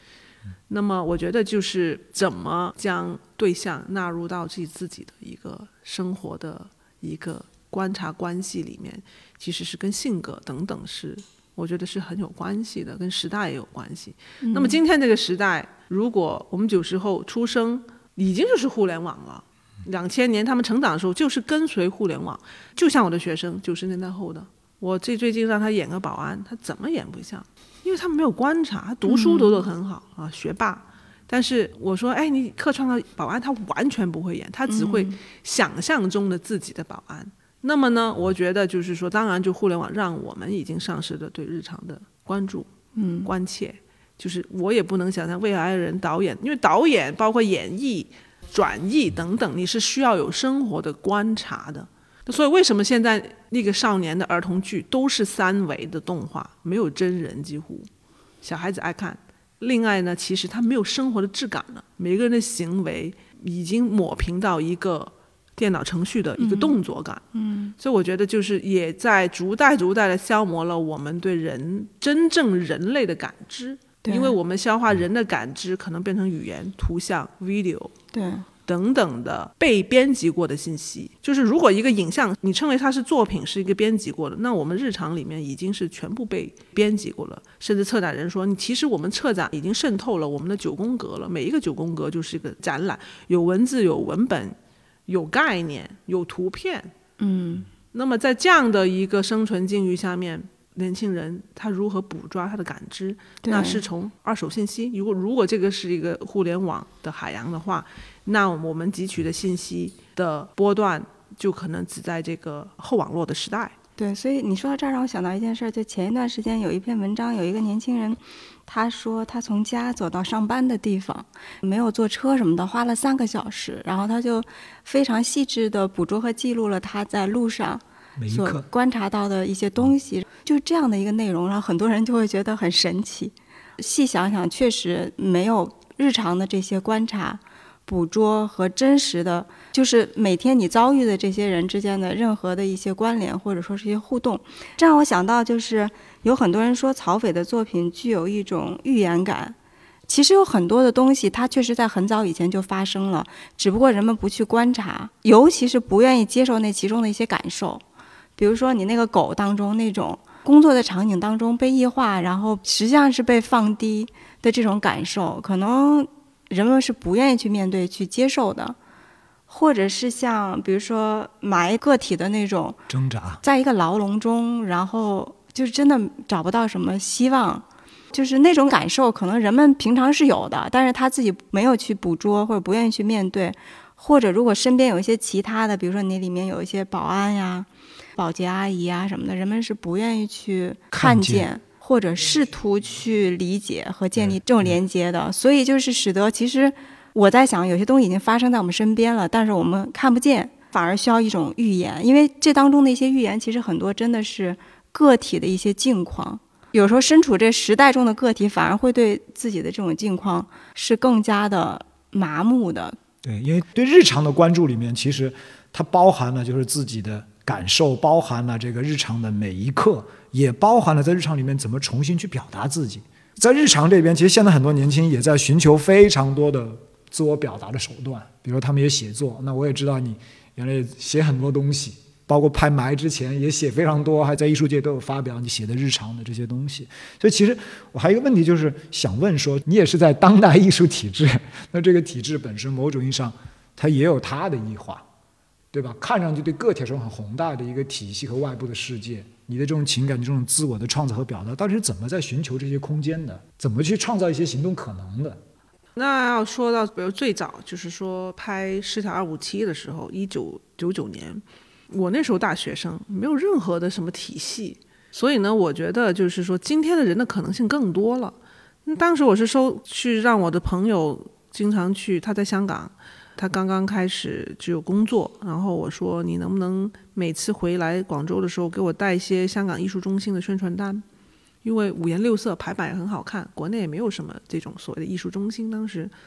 那么我觉得就是怎么将对象纳入到自己的一个生活的一个观察关系里面，其实是跟性格等等我觉得是很有关系的，跟时代也有关系。那么今天这个时代，如果我们90后出生，已经就是互联网了。2000年他们成长的时候就是跟随互联网，就像我的学生90年代后的，我最近让他演个保安，他怎么演不像？因为他们没有观察，他读书读得很好啊，学霸。但是我说，哎，你客串个保安，他完全不会演，他只会想象中的自己的保安。那么呢，我觉得就是说，当然就互联网让我们已经丧失了对日常的关注、关切。就是我也不能想象未来的人导演，因为导演包括演绎、转译等等，你是需要有生活的观察的。所以为什么现在那个少年的儿童剧都是3维的动画，没有真人，几乎小孩子爱看。另外呢，其实他没有生活的质感了，每个人的行为已经抹平到一个电脑程序的一个动作感。所以我觉得就是也在逐代的消磨了我们对真正人类的感知，因为我们消化人的感知可能变成语言、图像、video 等等的被编辑过的信息。就是如果一个影像你称为它是作品，是一个编辑过的，那我们日常里面已经是全部被编辑过了。甚至策展人说，其实我们策展已经渗透了我们的9宫格了，每一个9宫格就是一个展览，有文字、有文本、有概念、有图片。那么在这样的一个生存境遇下面，年轻人他如何捕捉他的感知？那是从二手信息。如果这个是一个互联网的海洋的话，那我们汲取的信息的波段就可能只在这个后网络的时代。
对，所以你说到这儿让我想到一件事，就前一段时间有一篇文章，有一个年轻人，他说他从家走到上班的地方没有坐车什么的，花了3个小时，然后他就非常细致地捕捉和记录了他在路上所观察到的一些东西，就是这样的一个内容，然后很多人就会觉得很神奇。细想想，确实没有日常的这些观察、捕捉和真实的，就是每天你遭遇的这些人之间的任何的一些关联，或者说是一些互动。这让我想到，就是有很多人说曹斐的作品具有一种预言感。其实有很多的东西它确实在很早以前就发生了，只不过人们不去观察，尤其是不愿意接受那其中的一些感受。比如说你那个狗当中那种工作的场景当中被异化，然后实际上是被放低的这种感受，可能人们是不愿意去面对、去接受的。或者是像比如说埋个体的那种
挣扎，
在一个牢笼中，然后就是真的找不到什么希望，就是那种感受可能人们平常是有的，但是他自己没有去捕捉或者不愿意去面对。或者如果身边有一些其他的，比如说你里面有一些保安呀、保洁阿姨啊什么的，人们是不愿意去看见或者试图去理解和建立这种连接的。所以就是使得其实我在想，有些东西已经发生在我们身边了，但是我们看不见，反而需要一种预言。因为这当中的一些预言其实很多真的是个体的一些境况，有时候身处这时代中的个体反而会对自己的这种境况是更加的麻木的。
对，因为对日常的关注里面，其实它包含了就是自己的感受，包含了这个日常的每一刻，也包含了在日常里面怎么重新去表达自己。在日常这边，其实现在很多年轻人也在寻求非常多的自我表达的手段，比如他们也写作。那我也知道你原来也写很多东西，包括拍埋之前也写非常多，还在艺术界都有发表你写的日常的这些东西。所以其实我还有一个问题，就是想问说，你也是在当代艺术体制，那这个体制本身某种意义上它也有它的异化，对吧？看上去对个体来说很宏大的一个体系和外部的世界，你的这种情感、这种自我的创造和表达，到底是怎么在寻求这些空间的？怎么去创造一些行动可能的？
那要说到比如最早就是说拍《失调257》的时候，1999年，我那时候大学生，没有任何的什么体系，所以呢，我觉得就是说今天的人的可能性更多了。当时我是去让我的朋友经常去，他在香港，他刚刚开始只有工作，然后我说你能不能每次回来广州的时候给我带一些香港艺术中心的宣传单，因为五颜六色排版也很好看，国内也没有什么这种所谓的艺术中心当时。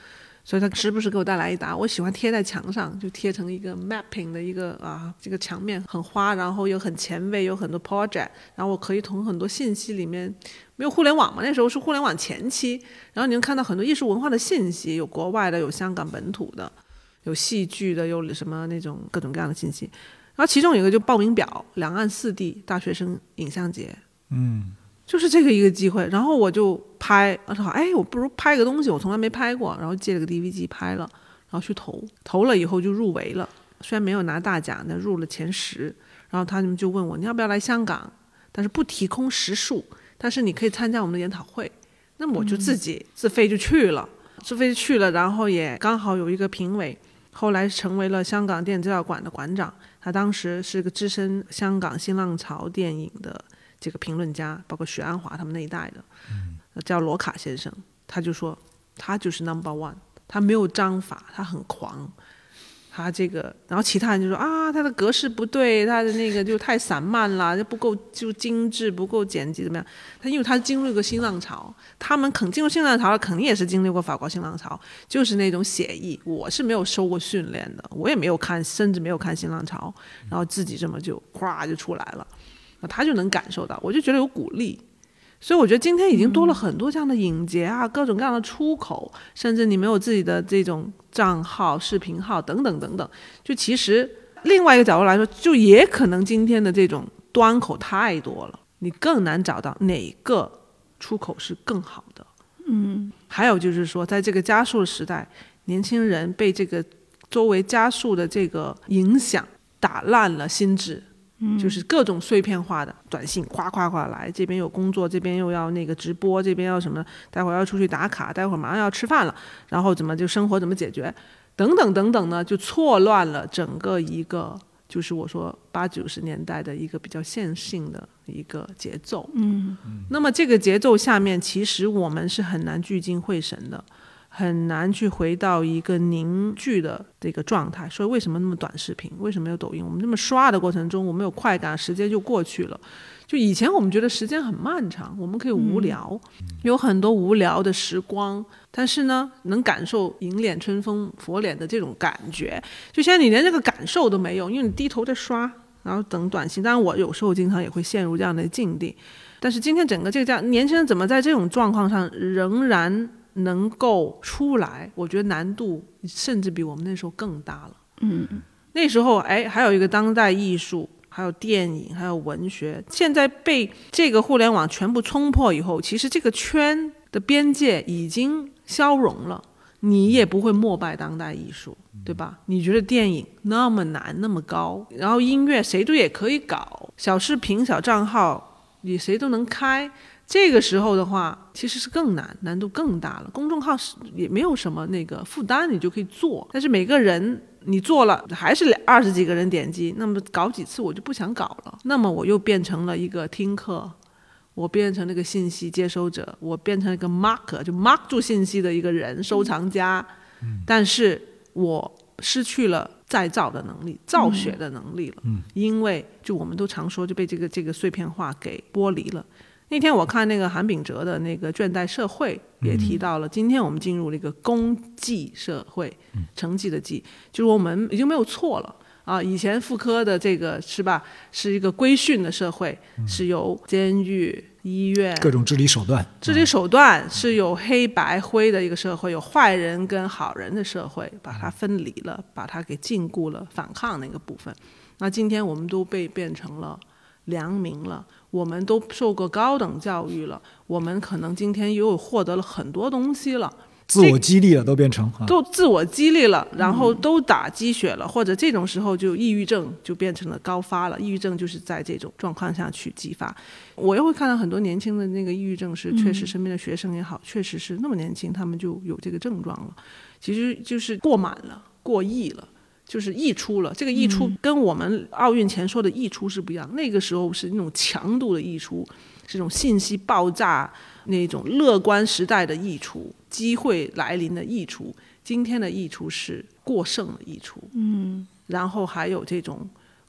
所以他时不时给我带来一沓，我喜欢贴在墙上，就贴成一个 mapping 的一个这个墙面很花，然后又很前卫，有很多 project， 然后我可以从很多信息里面，没有互联网嘛，那时候是互联网前期，然后你能看到很多艺术文化的信息，有国外的，有香港本土的，有戏剧的，有什么那种各种各样的信息。然后其中有一个就报名表，两岸4地大学生影像节，就是这个一个机会，然后我就拍，我说我不如拍个东西，我从来没拍过，然后借了个 DV 机拍了，然后去投了以后就入围了，虽然没有拿大奖，但入了前10。然后他们就问我你要不要来香港，但是不提供食宿，但是你可以参加我们的研讨会。那么我就自己自费就去了，然后也刚好有一个评委，后来成为了香港电影资料馆的馆长，他当时是个资深香港新浪潮电影的这个评论家，包括许鞍华他们那一代的，叫罗卡先生，他就说他就是 No.1， 他没有章法，他很狂，他这个，然后其他人就说他的格式不对，他的那个就太散漫了，不够就精致，不够剪辑怎么样？他因为他经历过新浪潮，他们进入新浪潮肯定也是经历过法国新浪潮，就是那种写意。我是没有受过训练的，我也没有看，甚至没有看新浪潮，然后自己这么就咵就出来了。他就能感受到，我就觉得有鼓励，所以我觉得今天已经多了很多这样的影节各种各样的出口，甚至你没有自己的这种账号、视频号等等等等，就其实另外一个角度来说，就也可能今天的这种端口太多了，你更难找到哪个出口是更好的。还有就是说，在这个加速的时代，年轻人被这个周围加速的这个影响打烂了心智。就是各种碎片化的短信夸夸夸来，这边有工作，这边又要那个直播，这边要什么，待会儿要出去打卡，待会儿马上要吃饭了，然后怎么就生活怎么解决等等等等呢，就错乱了整个一个就是我说80、90年代的一个比较线性的一个节奏。那么这个节奏下面其实我们是很难聚精会神的，很难去回到一个凝聚的这个状态。所以为什么那么短视频，为什么有抖音，我们这么刷的过程中我们有快感，时间就过去了。就以前我们觉得时间很漫长，我们可以无聊，有很多无聊的时光，但是呢能感受迎脸春风佛脸的这种感觉。就现在你连这个感受都没有，因为你低头在刷，然后等短信。当然我有时候经常也会陷入这样的境地，但是今天整个这样年轻人怎么在这种状况上仍然能够出来，我觉得难度甚至比我们那时候更大了。那时候还有一个当代艺术，还有电影，还有文学，现在被这个互联网全部冲破以后，其实这个圈的边界已经消融了，你也不会膜拜当代艺术，对吧？你觉得电影那么难那么高，然后音乐谁都也可以搞，小视频小账号你谁都能开，这个时候的话其实是更难，难度更大了。公众号也没有什么那个负担，你就可以做，但是每个人你做了还是20几个人点击，那么搞几次我就不想搞了，那么我又变成了一个听课，我变成了一个信息接收者，我变成了一个 marker， 就 mark 住信息的一个人，收藏家。但是我失去了再造的能力，造血的能力了。因为就我们都常说就被这个碎片化给剥离了。那天我看那个韩炳哲的那个倦怠社会也提到了，今天我们进入了一个功绩社会，成绩的绩，就是我们已经没有错了啊！以前妇科的这个是吧，是一个规训的社会，是由监狱、医院
各种治理手段，
是有黑白灰的一个社会，有坏人跟好人的社会，把它分离了，把它给禁锢了，反抗那个部分。那今天我们都被变成了良民了，我们都受过高等教育了，我们可能今天又获得了很多东西了，
自我激励了，都变成
都自我激励了，然后都打鸡血了，或者这种时候就抑郁症就变成了高发了。抑郁症就是在这种状况下去激发。我又会看到很多年轻的那个抑郁症是确实身边的学生也好，确实是那么年轻他们就有这个症状了，其实就是过满了，过亿了，就是溢出了。这个溢出跟我们奥运前说的溢出是不一样，那个时候是那种强度的溢出，是那种信息爆炸，那种乐观时代的溢出，机会来临的溢出。今天的溢出是过剩的溢出，然后还有这种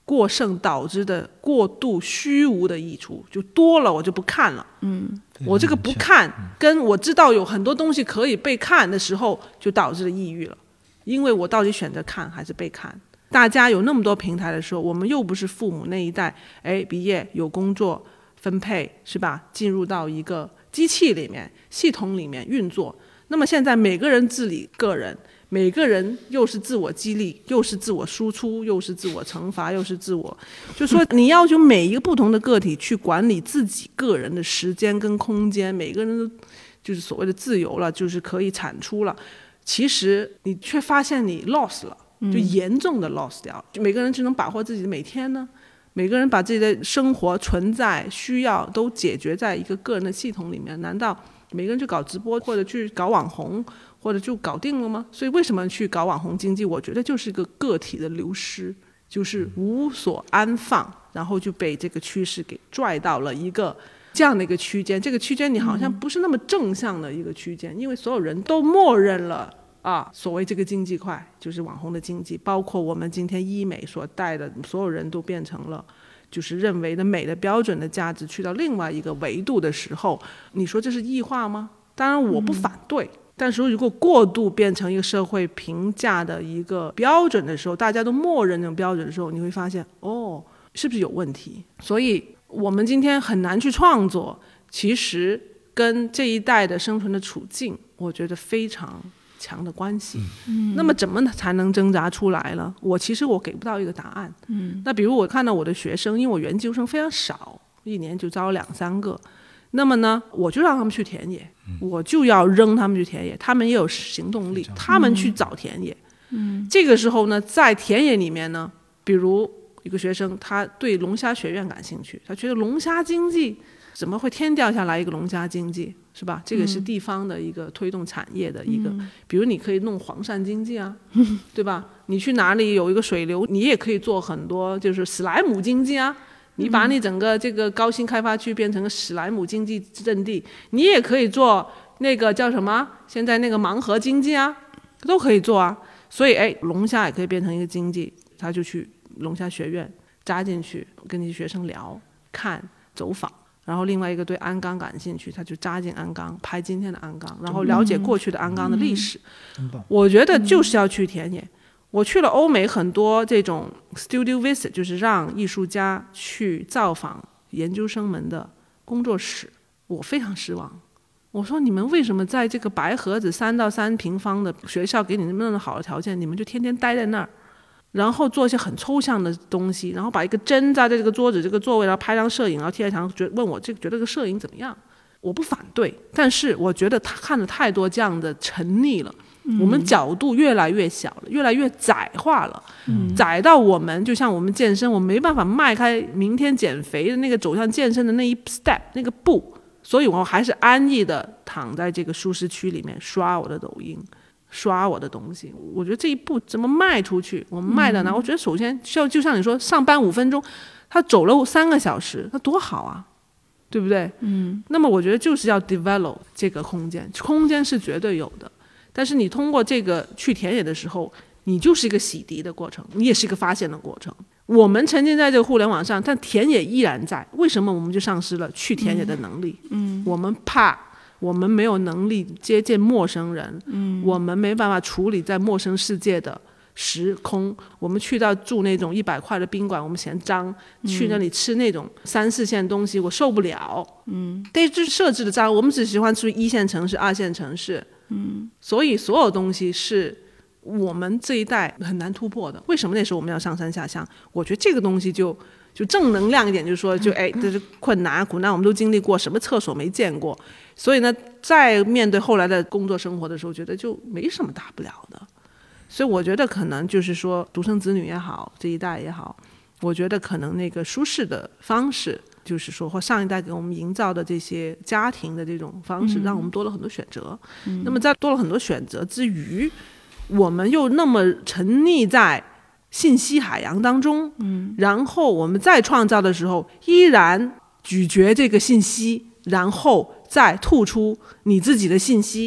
过剩导致的过度虚无的益处，就多了我就不看了。我这个不看，跟我知道有很多东西可以被看的时候，就导致了抑郁了。因为我到底选择看还是被看？大家有那么多平台的时候，我们又不是父母那一代，毕业有工作分配是吧？进入到一个机器里面、系统里面运作。那么现在每个人治理个人，每个人又是自我激励，又是自我输出，又是自我惩罚，又是自我，就说你要求每一个不同的个体去管理自己个人的时间跟空间，每个人都就是所谓的自由了，就是可以产出了。其实你却发现你 lost 了，就严重的 lost 掉了。就每个人只能把握自己的每天呢，每个人把自己的生活存在需要都解决在一个个人的系统里面，难道每个人去搞直播或者去搞网红或者就搞定了吗？所以为什么去搞网红经济？我觉得就是一个个体的流失，就是无所安放，然后就被这个趋势给拽到了一个这样的一个区间。这个区间你好像不是那么正向的一个区间，因为所有人都默认了所谓这个经济块就是网红的经济，包括我们今天医美所带的，所有人都变成了就是认为的美的标准的价值去到另外一个维度的时候，你说这是异化吗？当然我不反对，但是如果过度变成一个社会评价的一个标准的时候，大家都默认这种标准的时候，你会发现是不是有问题？所以我们今天很难去创作，其实跟这一代的生存的处境我觉得非常强的关系。那么怎么才能挣扎出来了？其实我给不到一个答案。那比如我看到我的学生，因为我研究生非常少，一年就招2-3个，那么呢我就让他们去田野，我就要扔他们去田野，他们也有行动力，他们去找田野。这个时候呢，在田野里面呢，比如一个学生他对龙虾学院感兴趣，他觉得龙虾经济怎么会天掉下来一个龙虾经济，是吧？这个是地方的一个推动产业的一个，比如你可以弄黄鳝经济啊，对吧？你去哪里有一个水流，你也可以做很多就是史莱姆经济啊，你把你整个这个高新开发区变成史莱姆经济阵地，你也可以做那个叫什么现在那个盲盒经济啊，都可以做啊。所以龙虾也可以变成一个经济，他就去龙虾学院扎进去跟那些学生聊看走访，然后另外一个对鞍钢感兴趣，他就扎进鞍钢拍今天的鞍钢，然后了解过去的鞍钢的历史。我觉得就是要去田野。我去了欧美很多这种 studio visit， 就是让艺术家去造访研究生们的工作室，我非常失望。我说你们为什么在这个白盒子3到3平方的学校给你们那么好的条件，你们就天天待在那儿，然后做一些很抽象的东西，然后把一个针扎在这个桌子这个座位，然后拍张摄影，然后贴在墙上，问我觉得这个摄影怎么样？我不反对，但是我觉得他看了太多这样的沉溺了。我们角度越来越小了，越来越窄化了，窄到我们就像我们健身，我没办法迈开明天减肥的那个走向健身的那一 step 那个步，所以我还是安逸的躺在这个舒适区里面刷我的抖音，刷我的东西。我觉得这一步怎么迈出去，我们迈到哪？我觉得首先就像你说上班5分钟，他走了3个小时，那多好啊，对不对？那么我觉得就是要 develop 这个空间，空间是绝对有的，但是你通过这个去田野的时候，你就是一个洗涤的过程，你也是一个发现的过程。我们沉浸在这个互联网上，但田野依然在，为什么我们就丧失了去田野的能力？我们怕，我们没有能力接见陌生人，我们没办法处理在陌生世界的时空。我们去到住那种100块的宾馆，我们嫌脏，去那里吃那种3、4线东西，我受不了。这就是设置的脏，我们只喜欢住1线城市、2线城市。所以所有东西是我们这一代很难突破的。为什么那时候我们要上山下乡？我觉得这个东西就正能量一点，就是说这是困难苦难我们都经历过，什么厕所没见过，所以呢在面对后来的工作生活的时候，觉得就没什么大不了的。所以我觉得可能就是说独生子女也好，这一代也好，我觉得可能那个舒适的方式，就是说或上一代给我们营造的这些家庭的这种方式，让我们多了很多选择。那么在多了很多选择之余，我们又那么沉溺在信息海洋当中，然后我们再创造的时候依然咀嚼这个信息，然后再吐出你自己的信息，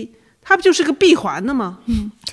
它不就是个闭环的吗？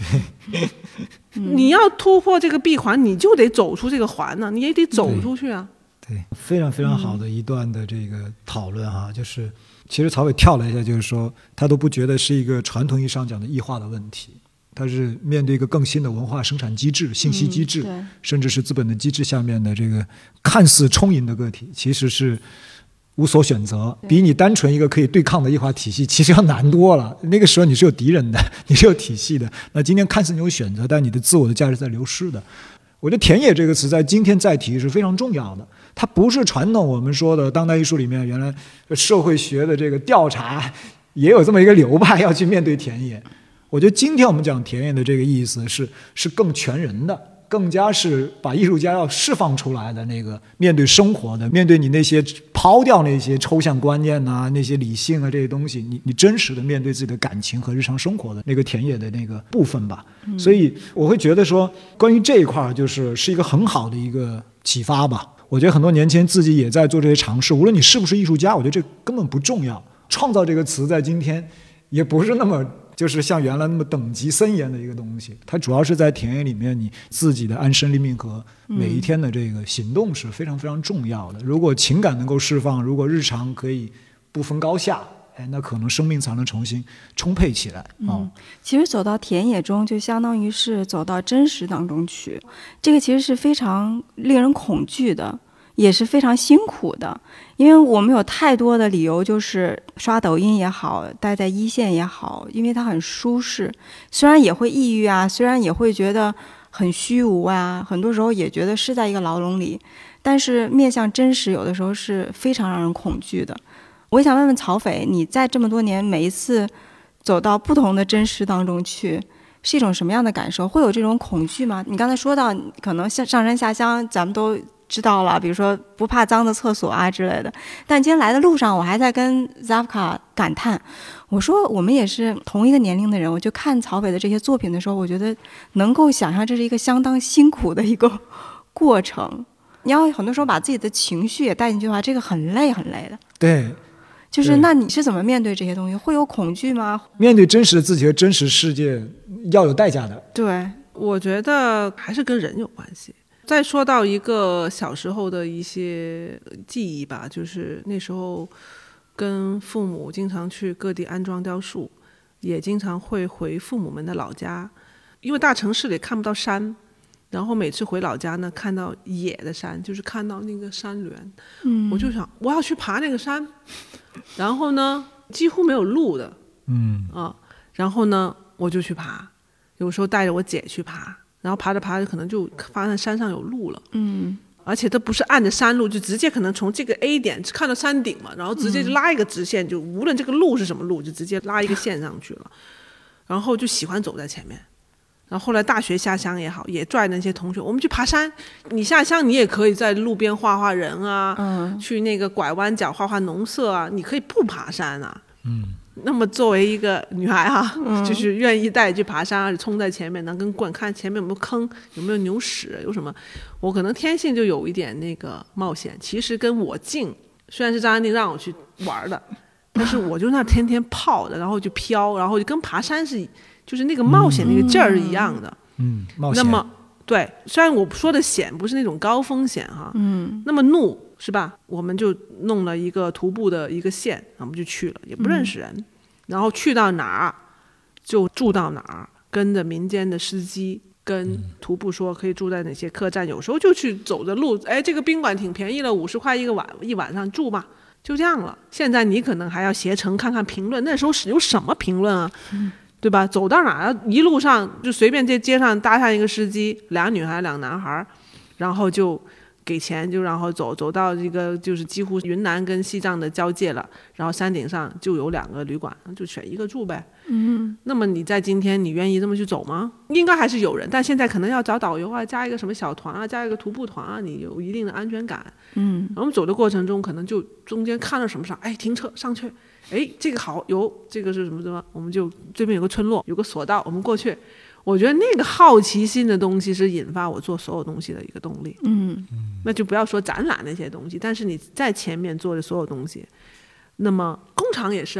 你要突破这个闭环，你就得走出这个环呢，你也得走出去啊。
对，非常非常好的一段的这个讨论哈，就是其实曹伟跳了一下，就是说他都不觉得是一个传统意义上讲的异化的问题，他是面对一个更新的文化生产机制、信息机制，甚至是资本的机制下面的这个看似充盈的个体，其实是无所选择，比你单纯一个可以对抗的异化体系其实要难多了。那个时候你是有敌人的，你是有体系的，那今天看似你有选择，但你的自我的价值在流失的。我觉得田野这个词在今天再提是非常重要的，它不是传统我们说的当代艺术里面原来社会学的这个调查也有这么一个流派要去面对田野。我觉得今天我们讲田野的这个意思是更全人的，更加是把艺术家要释放出来的那个面对生活的，面对你那些抛掉那些抽象观念啊，那些理性啊这些东西，你真实的面对自己的感情和日常生活的那个田野的那个部分吧。所以我会觉得说，关于这一块是一个很好的一个启发吧。我觉得很多年轻人自己也在做这些尝试，无论你是不是艺术家，我觉得这根本不重要。创造这个词在今天也不是那么就是像原来那么等级森严的一个东西，它主要是在田野里面你自己的安身立命和每一天的这个行动是非常非常重要的。如果情感能够释放，如果日常可以不分高下，那可能生命才能重新充沛起来。
其实走到田野中就相当于是走到真实当中去，这个其实是非常令人恐惧的，也是非常辛苦的。因为我们有太多的理由，就是刷抖音也好，待在一线也好，因为它很舒适，虽然也会抑郁啊，虽然也会觉得很虚无啊，很多时候也觉得是在一个牢笼里，但是面向真实有的时候是非常让人恐惧的。我想问问曹斐，你在这么多年每一次走到不同的真实当中去，是一种什么样的感受？会有这种恐惧吗？你刚才说到可能上山下乡咱们都知道了，比如说不怕脏的厕所啊之类的，但今天来的路上我还在跟 Zavka 感叹，我说我们也是同一个年龄的人，我就看曹斐的这些作品的时候，我觉得能够想象这是一个相当辛苦的一个过程，你要很多时候把自己的情绪也带进去的话，这个很累很累的。
对，
就是那你是怎么面对这些东西？会有恐惧吗？
面对真实的自己和真实世界要有代价的。
对，
我觉得还是跟人有关系。再说到一个小时候的一些记忆吧，就是那时候跟父母经常去各地安装雕塑，也经常会回父母们的老家，因为大城市里看不到山，然后每次回老家呢，看到野的山，就是看到那个山峦，我就想我要去爬那个山，然后呢几乎没有路的，然后呢我就去爬，有时候带着我姐去爬，然后爬着爬着可能就发现山上有路了，而且它不是按着山路，就直接可能从这个 A 点看到山顶嘛，然后直接就拉一个直线，就无论这个路是什么路，就直接拉一个线上去了，然后就喜欢走在前面。然后后来大学下乡也好，也拽那些同学，我们去爬山。你下乡，你也可以在路边画画人啊，去那个拐弯角画画农舍啊，你可以不爬山啊。那么作为一个女孩啊，就是愿意带去爬山，冲在前面，能跟棍看前面有没有坑，有没有牛屎，有什么。我可能天性就有一点那个冒险。其实跟我静，虽然是张安定让我去玩的，但是我就那天天泡的，然后就飘，然后就跟爬山是。就是那个冒险那个劲儿一样的，
冒险。
那么对，虽然我说的险不是那种高风险哈，那么怒是吧？我们就弄了一个徒步的一个线，我们就去了，也不认识人，然后去到哪儿就住到哪儿，跟着民间的司机跟徒步说可以住在哪些客栈，有时候就去走着路，哎，这个宾馆挺便宜了，50块一晚上住吧，就这样了。现在你可能还要携程看看评论，那时候有什么评论啊？对吧？走到哪儿，一路上就随便在街上搭上一个司机，2女孩2男孩，然后就给钱，就然后走到这个就是几乎云南跟西藏的交界了，然后山顶上就有2个旅馆，就选一个住呗。那么你在今天你愿意这么去走吗？应该还是有人，但现在可能要找导游啊，加一个什么小团啊，加一个徒步团啊，你有一定的安全感。然后我们走的过程中，可能就中间看到什么上，哎，停车上去。哎，这个好有，这个是什么什么，我们就这边有个村落，有个索道，我们过去。我觉得那个好奇心的东西是引发我做所有东西的一个动力。那就不要说展览那些东西，但是你在前面做的所有东西，那么工厂也是啊，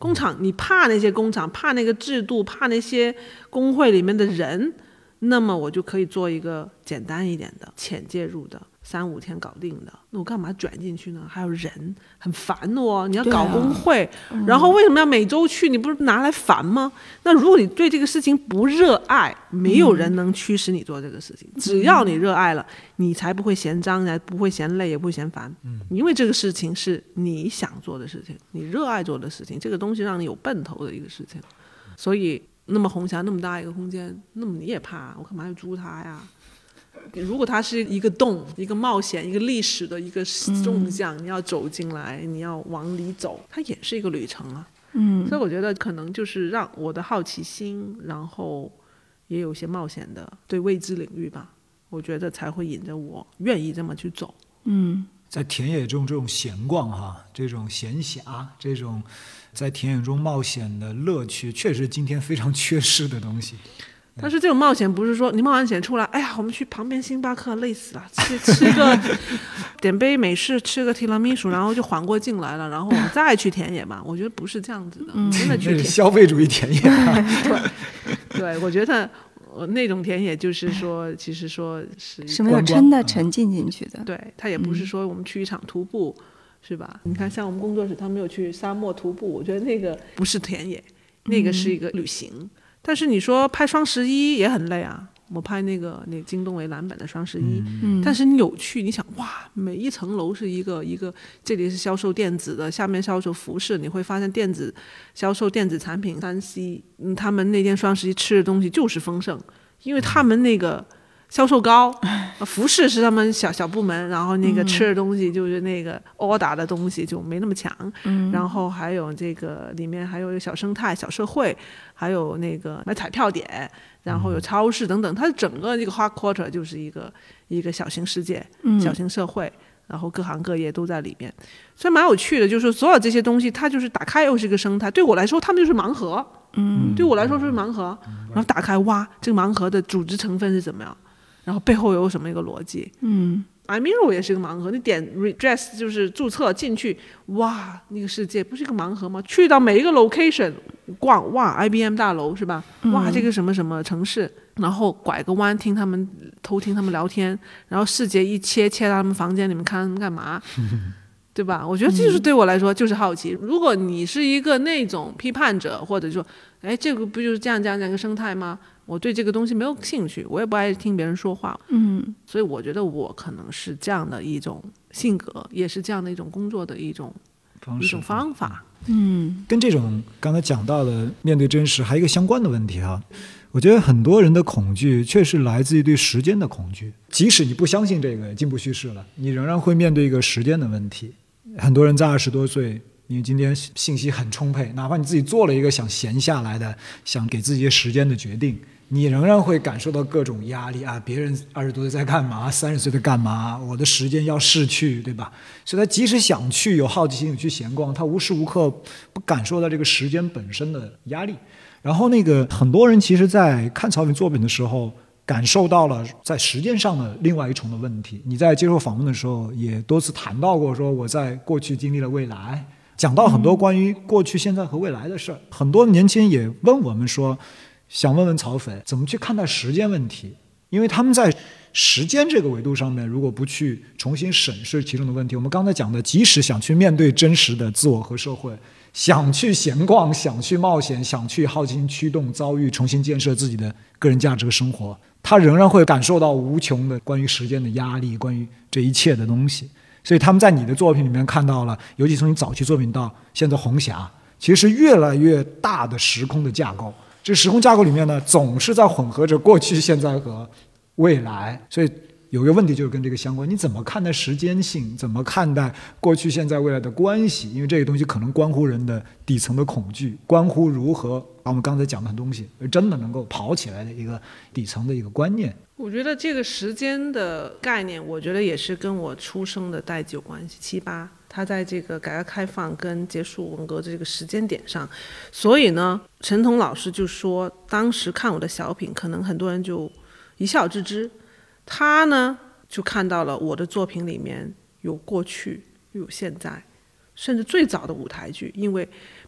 工厂你怕那些工厂，怕那个制度，怕那些工会里面的人，那么我就可以做一个简单一点的浅介入的3-5天搞定的，那我干嘛卷进去呢？还有人很烦哦，你要搞工会，然后为什么要每周去？你不是拿来烦吗？那如果你对这个事情不热爱，没有人能驱使你做这个事情，只要你热爱了，你才不会嫌脏，才不会嫌累，也不会嫌烦，因为这个事情是你想做的事情，你热爱做的事情，这个东西让你有奔头的一个事情。所以那么红霞那么大一个空间，那么你也怕，我干嘛要租它呀？如果它是一个洞，一个冒险，一个历史的一个纵向，你要走进来，你要往里走，它也是一个旅程啊。所以我觉得可能就是让我的好奇心，然后也有些冒险的对未知领域吧，我觉得才会引着我愿意这么去走。
在田野中这种闲逛哈，这种闲暇，这种在田野中冒险的乐趣，确实今天非常缺失的东西。
但是这种冒险不是说你冒完险出来，哎呀，我们去旁边星巴克累死了，吃个点杯美式，吃个提拉米苏，然后就缓过劲来了，然后我们再去田野吧。我觉得不是这样子的，真的去田野。
那是消费主义田野。
对，我觉得那种田野就是说，其实说是
没有真的沉浸进去的。
对，它也不是说我们去一场徒步，是吧？你看，像我们工作室，他们有去沙漠徒步，我觉得那个不是田野，那个是一个旅行。但是你说拍双11也很累啊，我拍那个京东为蓝本的双11，但是你有趣，你想哇，每一层楼是一个，这里是销售电子的，下面销售服饰，你会发现销售电子产品3C，他们那天双11吃的东西就是丰盛，因为他们那个销售高，服饰是他们小部门，然后那个吃的东西就是那个order的东西就没那么强，然后还有这个里面还有小生态、小社会，还有那个买彩票点，然后有超市等等，它整个这个 hard quarter 就是一个小型世界、小型社会，然后各行各业都在里面，所以蛮有趣的。就是所有这些东西，它就是打开又是一个生态。对我来说，他们就是盲盒。对我来说是蛮盒，然后打开哇，这个盲盒的组织成分是怎么样？然后背后有什么一个逻辑？iMiro 也是个盲盒，你点 redress 就是注册进去，哇，那个世界不是一个盲盒吗？去到每一个 location 逛，哇 ，IBM 大楼是吧？哇，这个什么什么城市，然后拐个弯偷听他们聊天，然后视觉一切到他们房间里面看他们干嘛，对吧？我觉得这就是对我来说就是好奇。如果你是一个那种批判者，或者说，哎，这个不就是这样一个生态吗？我对这个东西没有兴趣，我也不爱听别人说话。所以我觉得我可能是这样的一种性格，也是这样的一种工作的一种方法。
跟这种刚才讲到的面对真实还有一个相关的问题哈，我觉得很多人的恐惧确实来自于对时间的恐惧，即使你不相信这个进步叙事了，你仍然会面对一个时间的问题。很多人在20多岁，因为今天信息很充沛，哪怕你自己做了一个想闲下来的，想给自己时间的决定，你仍然会感受到各种压力啊！别人20多岁在干嘛，30岁在干嘛？我的时间要逝去，对吧？所以他即使想去有好奇心，有去闲逛，他无时无刻不感受到这个时间本身的压力。然后很多人其实在看曹斐作品的时候，感受到了在时间上的另外一重的问题。你在接受访问的时候也多次谈到过，说我在过去经历了未来，讲到很多关于过去、现在和未来的事儿。很多年轻人也问我们说，想问问曹斐怎么去看待时间问题，因为他们在时间这个维度上面，如果不去重新审视其中的问题，我们刚才讲的，即使想去面对真实的自我和社会，想去闲逛，想去冒险，想去好奇心驱动遭遇，重新建设自己的个人价值和生活，他仍然会感受到无穷的关于时间的压力，关于这一切的东西。所以他们在你的作品里面看到了，尤其从你早期作品到现在红霞，其实是越来越大的时空的架构。这时空架构里面呢，总是在混合着过去、现在和未来。所以有一个问题就是跟这个相关，你怎么看待时间性，怎么看待过去、现在、未来的关系？因为这个东西可能关乎人的底层的恐惧，关乎如何把我们刚才讲的东西真的能够跑起来的一个底层的一个观念。
我觉得这个时间的概念，我觉得也是跟我出生的代际有关系。78，他在这个改革开放跟结束文革这个时间点上，所以呢，陈彤老师就说，当时看我的小品，可能很多人就一笑置之。他呢，就看到了我的作品里面有过去，又有现在，甚至最早的舞台剧，因为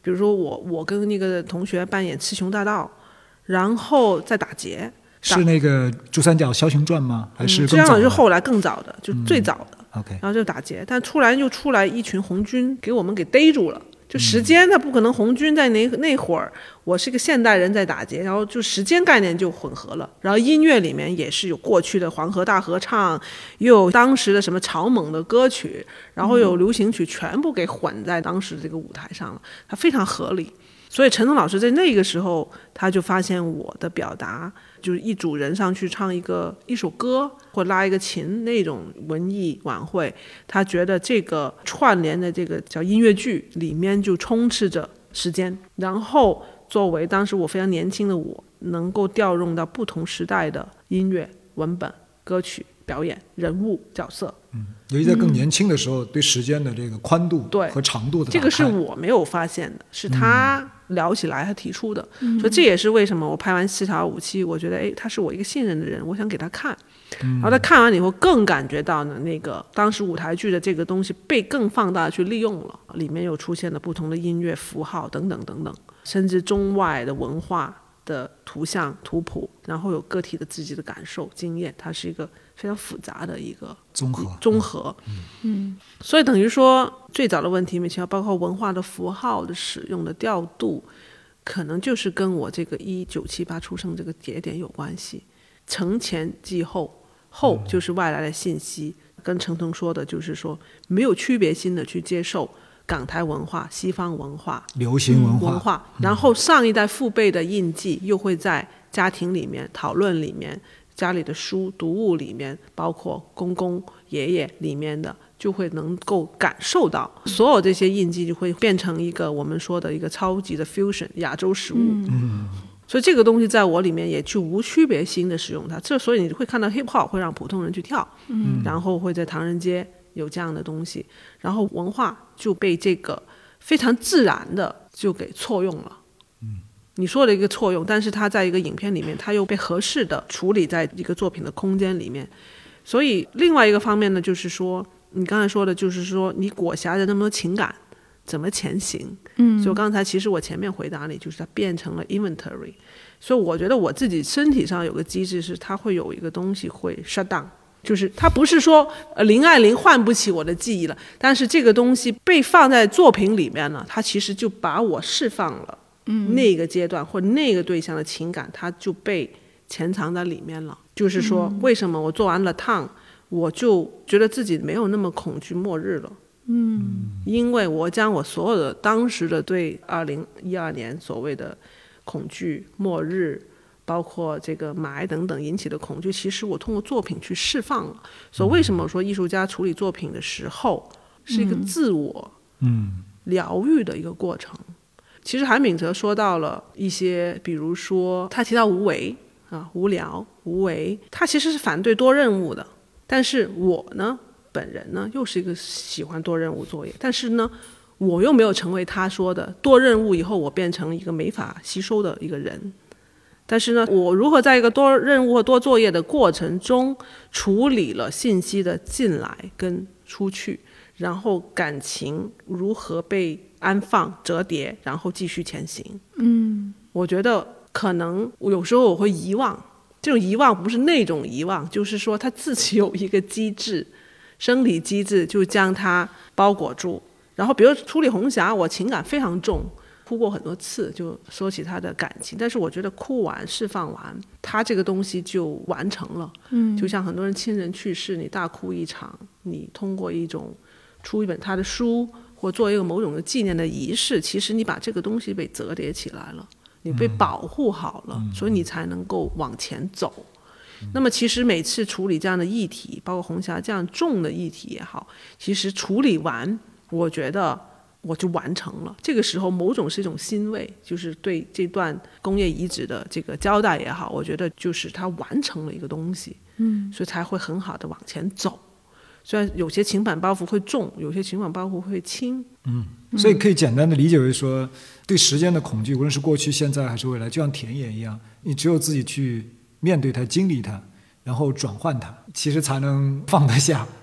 比如说我跟那个同学扮演雌雄大盗，然后再打劫。
是那个珠三角枭雄传吗？还是
这样是后来更早的，就最早的。
OK，
然后就打劫，但出来一群红军给我们给逮住了。就时间，它不可能红军在那会儿，我是一个现代人在打劫，然后就时间概念就混合了。然后音乐里面也是有过去的黄河大合唱，又有当时的什么草蜢的歌曲，然后有流行曲，全部给混在当时这个舞台上了，它非常合理。所以陈东老师在那个时候，他就发现我的表达，就是一组人上去唱一首歌或拉一个琴那种文艺晚会，他觉得这个串联的这个叫音乐剧里面就充斥着时间，然后作为当时我非常年轻的我，能够调用到不同时代的音乐、文本、歌曲、表演、人物、角色。
尤其在更年轻的时候，对时间的这个宽度和长度的打开，
这个是我没有发现的，是他聊起来他提出的。所以这也是为什么我拍完《四条武器》，我觉得他是我一个信任的人，我想给他看。然后他看完以后更感觉到呢，那个当时舞台剧的这个东西被更放大去利用了，里面又出现了不同的音乐符号等等等等，甚至中外的文化的图像图谱，然后有个体的自己的感受经验，它是一个非常复杂的一个综合。所以等于说最早的问题没提到，包括文化的符号的使用的调度，可能就是跟我这个1978出生这个节点有关系。承前继后，后就是外来的信息，跟程彤说的就是说没有区别心的去接受港台文化、西方文化、
流行文化，
然后上一代父辈的印记又会在家庭里面讨论里面，家里的书读物里面，包括公公爷爷里面的，就会能够感受到所有这些印记就会变成一个我们说的一个超级的 fusion 亚洲食物。所以这个东西在我里面也去无区别心的使用它，所以你会看到 hip hop 会让普通人去跳，然后会在唐人街有这样的东西，然后文化就被这个非常自然的就给错用了。你说的一个错用，但是它在一个影片里面，它又被合适的处理在一个作品的空间里面。所以另外一个方面呢，就是说你刚才说的，就是说你裹挟着那么多情感怎么前行。所以刚才其实我前面回答你，就是它变成了 inventory。所以我觉得我自己身体上有个机制是，它会有一个东西会 shut down，就是它不是说林爱玲唤不起我的记忆了，但是这个东西被放在作品里面呢，它其实就把我释放了。那个阶段或那个对象的情感，它就被潜藏在里面了。就是说，为什么我做完了烫，我就觉得自己没有那么恐惧末日了？因为我将我所有的当时的对2012年所谓的恐惧、末日，包括这个霾等等引起的恐惧，其实我通过作品去释放了。所以为什么我说艺术家处理作品的时候是一个自我疗愈的一个过程？其实韩炳哲说到了一些，比如说他提到无为无聊无为，他其实是反对多任务的。但是我呢，本人呢，又是一个喜欢多任务作业，但是呢，我又没有成为他说的多任务以后我变成一个没法吸收的一个人。但是呢，我如何在一个多任务或多作业的过程中处理了信息的进来跟出去，然后感情如何被安放折叠，然后继续前行。我觉得可能有时候我会遗忘，这种遗忘不是那种遗忘，就是说他自己有一个机制，生理机制就将它包裹住。然后比如处理红霞，我情感非常重，哭过很多次，就说起他的感情，但是我觉得哭完释放完，他这个东西就完成了。就像很多人亲人去世，你大哭一场，你通过一种出一本他的书或做一个某种的纪念的仪式，其实你把这个东西被折叠起来了，你被保护好了，所以你才能够往前走。那么其实每次处理这样的议题，包括红霞这样重的议题也好，其实处理完我觉得我就完成了。这个时候某种是一种欣慰，就是对这段工业遗址的这个交代也好，我觉得就是它完成了一个东西，所以才会很好的往前走。虽然有些情感包袱会重，有些情感包袱会轻。
所以可以简单的理解为说，对时间的恐惧，无论是过去、现在还是未来，就像田野一样，你只有自己去面对它、经历它，然后转换它，其实才能放得下。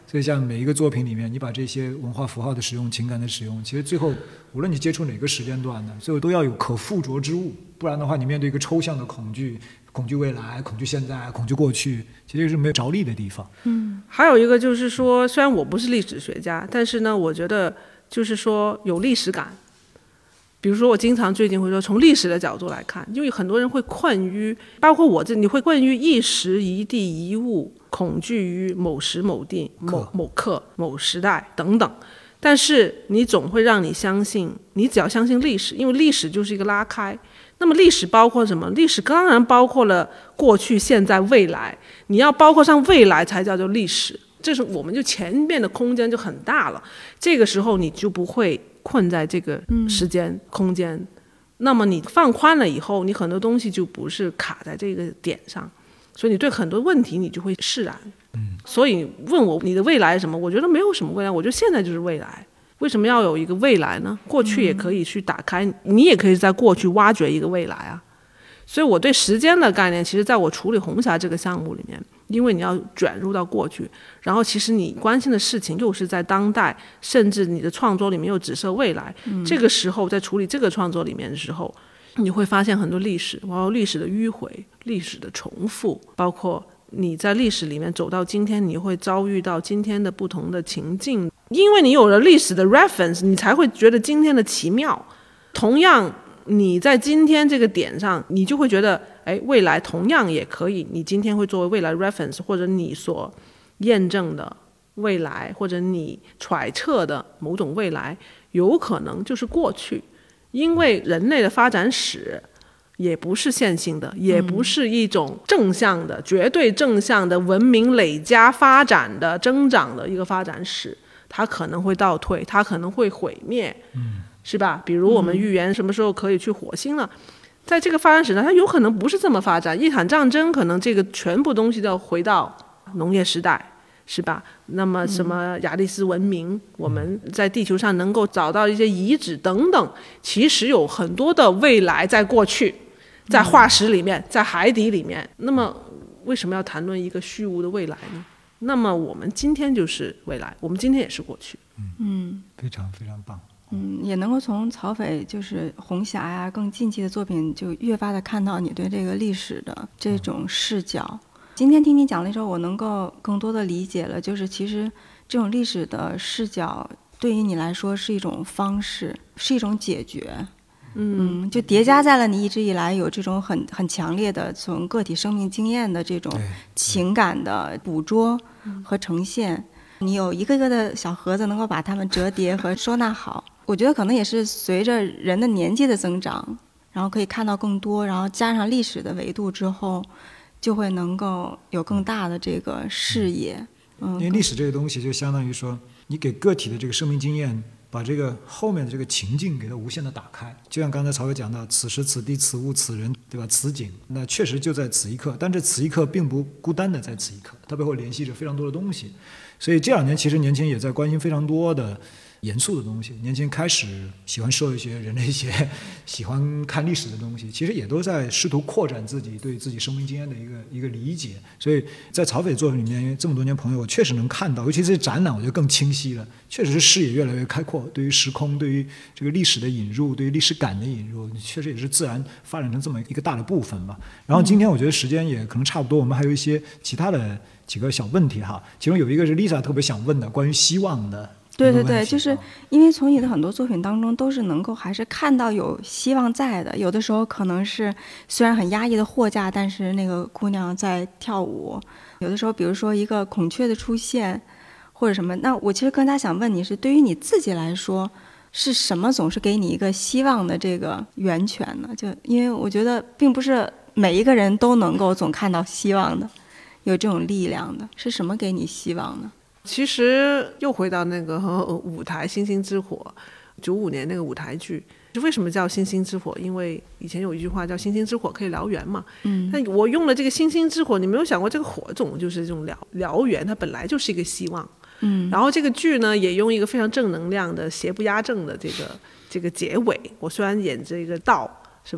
所以像每一个作品里面，你把这些文化符号的使用、情感的使用，其实最后无论你接触哪个时间段的，最后都要有可附着之物，不然的话，你面对一个抽象的恐惧，恐惧未来，恐惧现在，恐惧过去，其实是没有着力的地方。
还有一个就是说，虽然我不是历史学家，但是呢，我觉得就是说有历史感。比如说我经常最近会说从历史的角度来看，因为很多人会困于，包括我你会困于一时一地一物，恐惧于某时某地某刻某时代等等，但是你总会让你相信，你只要相信历史，因为历史就是一个拉开。那么历史包括什么？历史当然包括了过去现在未来，你要包括上未来才叫做历史，这是我们就前面的空间就很大了，这个时候你就不会困在这个时间、空间，那么你放宽了以后，你很多东西就不是卡在这个点上，所以你对很多问题你就会释然。所以问我你的未来是什么，我觉得没有什么未来，我觉得现在就是未来。为什么要有一个未来呢？过去也可以去打开，你也可以在过去挖掘一个未来啊。所以我对时间的概念，其实在我处理红霞这个项目里面，因为你要卷入到过去，然后其实你关心的事情又是在当代，甚至你的创作里面又只设未来，这个时候在处理这个创作里面的时候，你会发现很多历史，包括历史的迂回、历史的重复，包括你在历史里面走到今天，你会遭遇到今天的不同的情境，因为你有了历史的 reference， 你才会觉得今天的奇妙。同样你在今天这个点上，你就会觉得未来同样也可以，你今天会作为未来 reference， 或者你所验证的未来，或者你揣测的某种未来，有可能就是过去。因为人类的发展史也不是线性的，也不是一种正向的、绝对正向的文明累加发展的增长的一个发展史，它可能会倒退，它可能会毁灭，是吧？比如我们预言什么时候可以去火星了，在这个发展史上，它有可能不是这么发展，一场战争可能这个全部东西都要回到农业时代，是吧？那么什么亚里斯文明，我们在地球上能够找到一些遗址等等，其实有很多的未来在过去，在化石里面，在海底里面。那么为什么要谈论一个虚无的未来呢？那么我们今天就是未来，我们今天也是过去。
非常非常棒。
也能够从曹斐就是红霞呀更近期的作品，就越发的看到你对这个历史的这种视角。今天听你讲的时候，我能够更多的理解了，就是其实这种历史的视角对于你来说是一种方式，是一种解决。就叠加在了你一直以来有这种很强烈的从个体生命经验的这种情感的捕捉和呈现。你有一个个的小盒子，能够把它们折叠和收纳好。我觉得可能也是随着人的年纪的增长，然后可以看到更多，然后加上历史的维度之后，就会能够有更大的这个视野。
因为历史这个东西就相当于说，你给个体的这个生命经验，把这个后面的这个情境给它无限的打开。就像刚才曹伟讲到，此时此地此物此人，对吧？此景，那确实就在此一刻，但这此一刻并不孤单的在此一刻，它背后联系着非常多的东西。所以这2年其实年轻人也在关心非常多的严肃的东西，年轻人开始喜欢社会学、人类学，喜欢看历史的东西，其实也都在试图扩展自己对自己生命经验的一个理解。所以在曹斐作品里面，因为这么多年朋友，我确实能看到，尤其是展览，我觉得更清晰了，确实是视野越来越开阔，对于时空，对于这个历史的引入，对于历史感的引入，确实也是自然发展成这么一个大的部分吧。然后今天我觉得时间也可能差不多，我们还有一些其他的几个小问题哈，其中有一个是 Lisa 特别想问的，关于希望的。
对对对，就是因为从你的很多作品当中都是能够还是看到有希望在的，有的时候可能是虽然很压抑的货架，但是那个姑娘在跳舞，有的时候比如说一个孔雀的出现或者什么。那我其实更加想问你是，对于你自己来说是什么总是给你一个希望的这个源泉呢？就因为我觉得并不是每一个人都能够总看到希望的，有这种力量的，是什么给你希望呢？
其实又回到那个舞台《星星之火》，95年那个舞台剧，为什么叫星星之火？因为以前有一句话叫星星之火可以燎原嘛。但我用了这个星星之火，你没有想过这个火种就是这种燎原，它本来就是一个希望。然后这个剧呢，也用一个非常正能量的邪不压正的这个结尾。我虽然演这个道，是吧？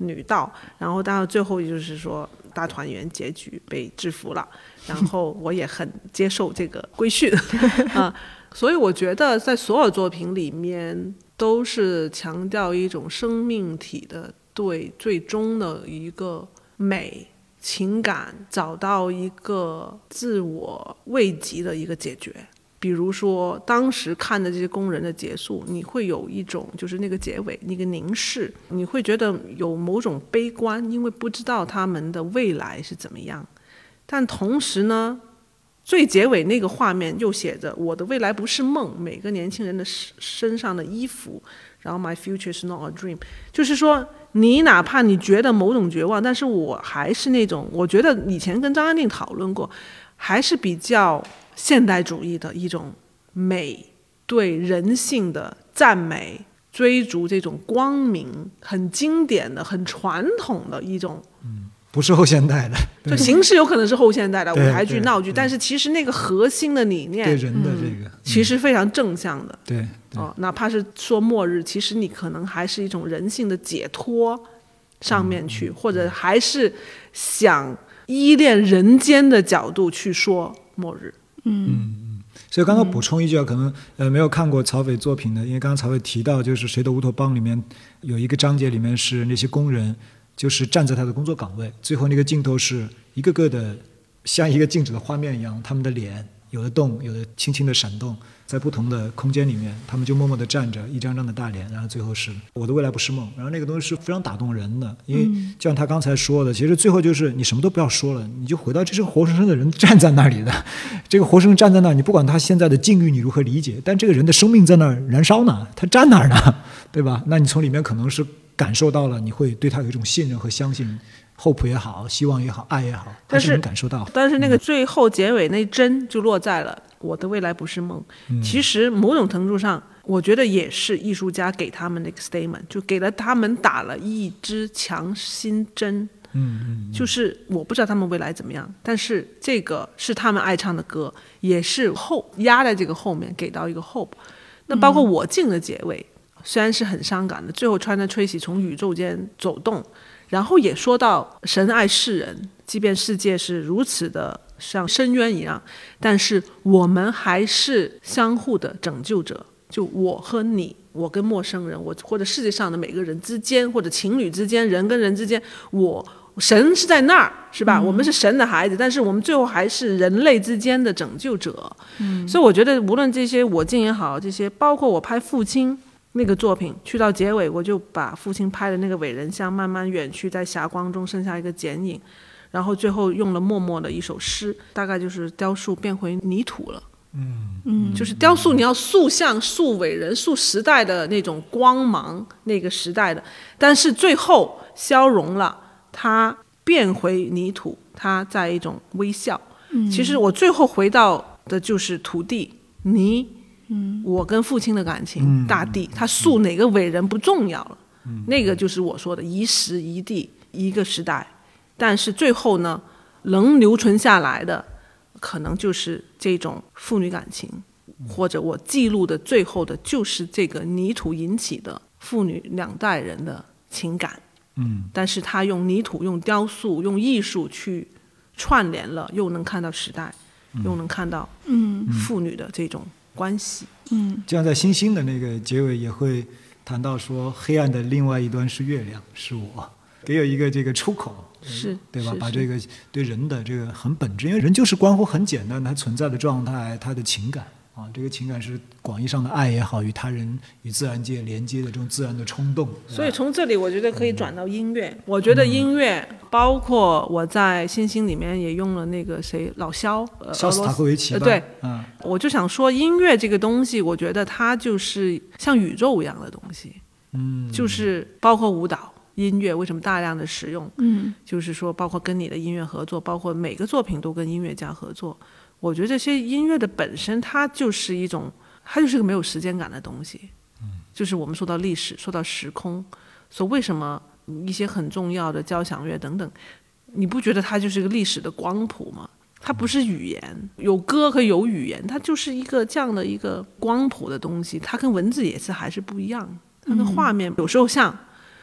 女盗，然后当然最后就是说大团圆结局被制服了，然后我也很接受这个规训啊，所以我觉得在所有作品里面都是强调一种生命体的对最终的一个美情感找到一个自我慰藉的一个解决。比如说当时看的这些工人的结束，你会有一种就是那个结尾那个凝视，你会觉得有某种悲观，因为不知道他们的未来是怎么样。但同时呢，最结尾那个画面又写着我的未来不是梦，每个年轻人的身上的衣服，然后 My future is not a dream， 就是说你哪怕你觉得某种绝望，但是我还是那种，我觉得以前跟张安定讨论过，还是比较现代主义的一种美，对人性的赞美，追逐这种光明，很经典的很传统的一种，
不是后现代的，
就形式有可能是后现代的舞台剧闹剧，但是其实那个核心的理念
对人的这个
其实非常正向的。
对
哪怕是说末日，其实你可能还是一种人性的解脱上面去，或者还是想依恋人间的角度去说末日。
所以刚刚补充一句啊，可能没有看过曹斐作品的，因为刚刚曹斐提到就是《谁的乌托邦》里面有一个章节里面是那些工人就是站在他的工作岗位，最后那个镜头是一个个的像一个静止的画面一样，他们的脸有的动，有的轻轻的闪动，在不同的空间里面，他们就默默地站着，一张张的大脸，然后最后是我的未来不是梦，然后那个东西是非常打动人的，因为就像他刚才说的，其实最后就是你什么都不要说了，你就回到这是个活生生的人站在那里的，这个活生生站在那儿，你不管他现在的境遇你如何理解，但这个人的生命在那儿燃烧呢，他站那儿呢，对吧？那你从里面可能是感受到了，你会对他有一种信任和相信，hope 也好，希望也好，爱也好，还是能感受到。
但是那个最后结尾那针就落在了我的未来不是梦。其实某种程度上，我觉得也是艺术家给他们的一个 statement， 就给了他们打了一支强心针。就是我不知道他们未来怎么样，但是这个是他们爱唱的歌，也是hope压在这个后面，给到一个 hope。那包括我静的结尾。虽然是很伤感的，最后穿着吹洗从宇宙间走动，然后也说到神爱世人，即便世界是如此的像深渊一样，但是我们还是相互的拯救者，就我和你，我跟陌生人，我或者世界上的每个人之间，或者情侣之间，人跟人之间，神是在那儿，是吧？我们是神的孩子，但是我们最后还是人类之间的拯救者。所以我觉得无论这些我静也好，这些包括我拍父亲那个作品，去到结尾我就把父亲拍的那个伟人像慢慢远去，在霞光中剩下一个剪影，然后最后用了默默的一首诗，大概就是雕塑变回泥土了。就是雕塑你要塑像、塑伟人、塑时代的那种光芒，那个时代的，但是最后消融了，它变回泥土，它在一种微笑。其实我最后回到的就是土地泥。我跟父亲的感情，大地，他塑哪个伟人不重要了，那个就是我说的一时一地一个时代，但是最后呢，能留存下来的，可能就是这种父女感情，或者我记录的最后的就是这个泥土引起的父女两代人的情感。但是他用泥土、用雕塑、用艺术去串联了，又能看到时代，又能看到父女的这种关系。
就像在星星的那个结尾也会谈到说，黑暗的另外一端是月亮，是我，给有一个这个出口，
是
对吧？把这个对人的这个很本质，因为人就是关乎很简单它存在的状态，它的情感啊，这个情感是广义上的爱也好，与他人与自然界连接的这种自然的冲动。
所以从这里我觉得可以转到音乐，我觉得音乐包括我在星星里面也用了那个谁老肖
肖斯塔科维奇吧，
对，我就想说音乐这个东西，我觉得它就是像宇宙一样的东西，就是包括舞蹈音乐为什么大量的使用，就是说包括跟你的音乐合作，包括每个作品都跟音乐家合作，我觉得这些音乐的本身它就是一种，它就是个没有时间感的东西，就是我们说到历史，说到时空，说为什么一些很重要的交响乐等等，你不觉得它就是一个历史的光谱吗？它不是语言，有歌和有语言，它就是一个这样的一个光谱的东西，它跟文字也是还是不一样，它跟画面有时候像，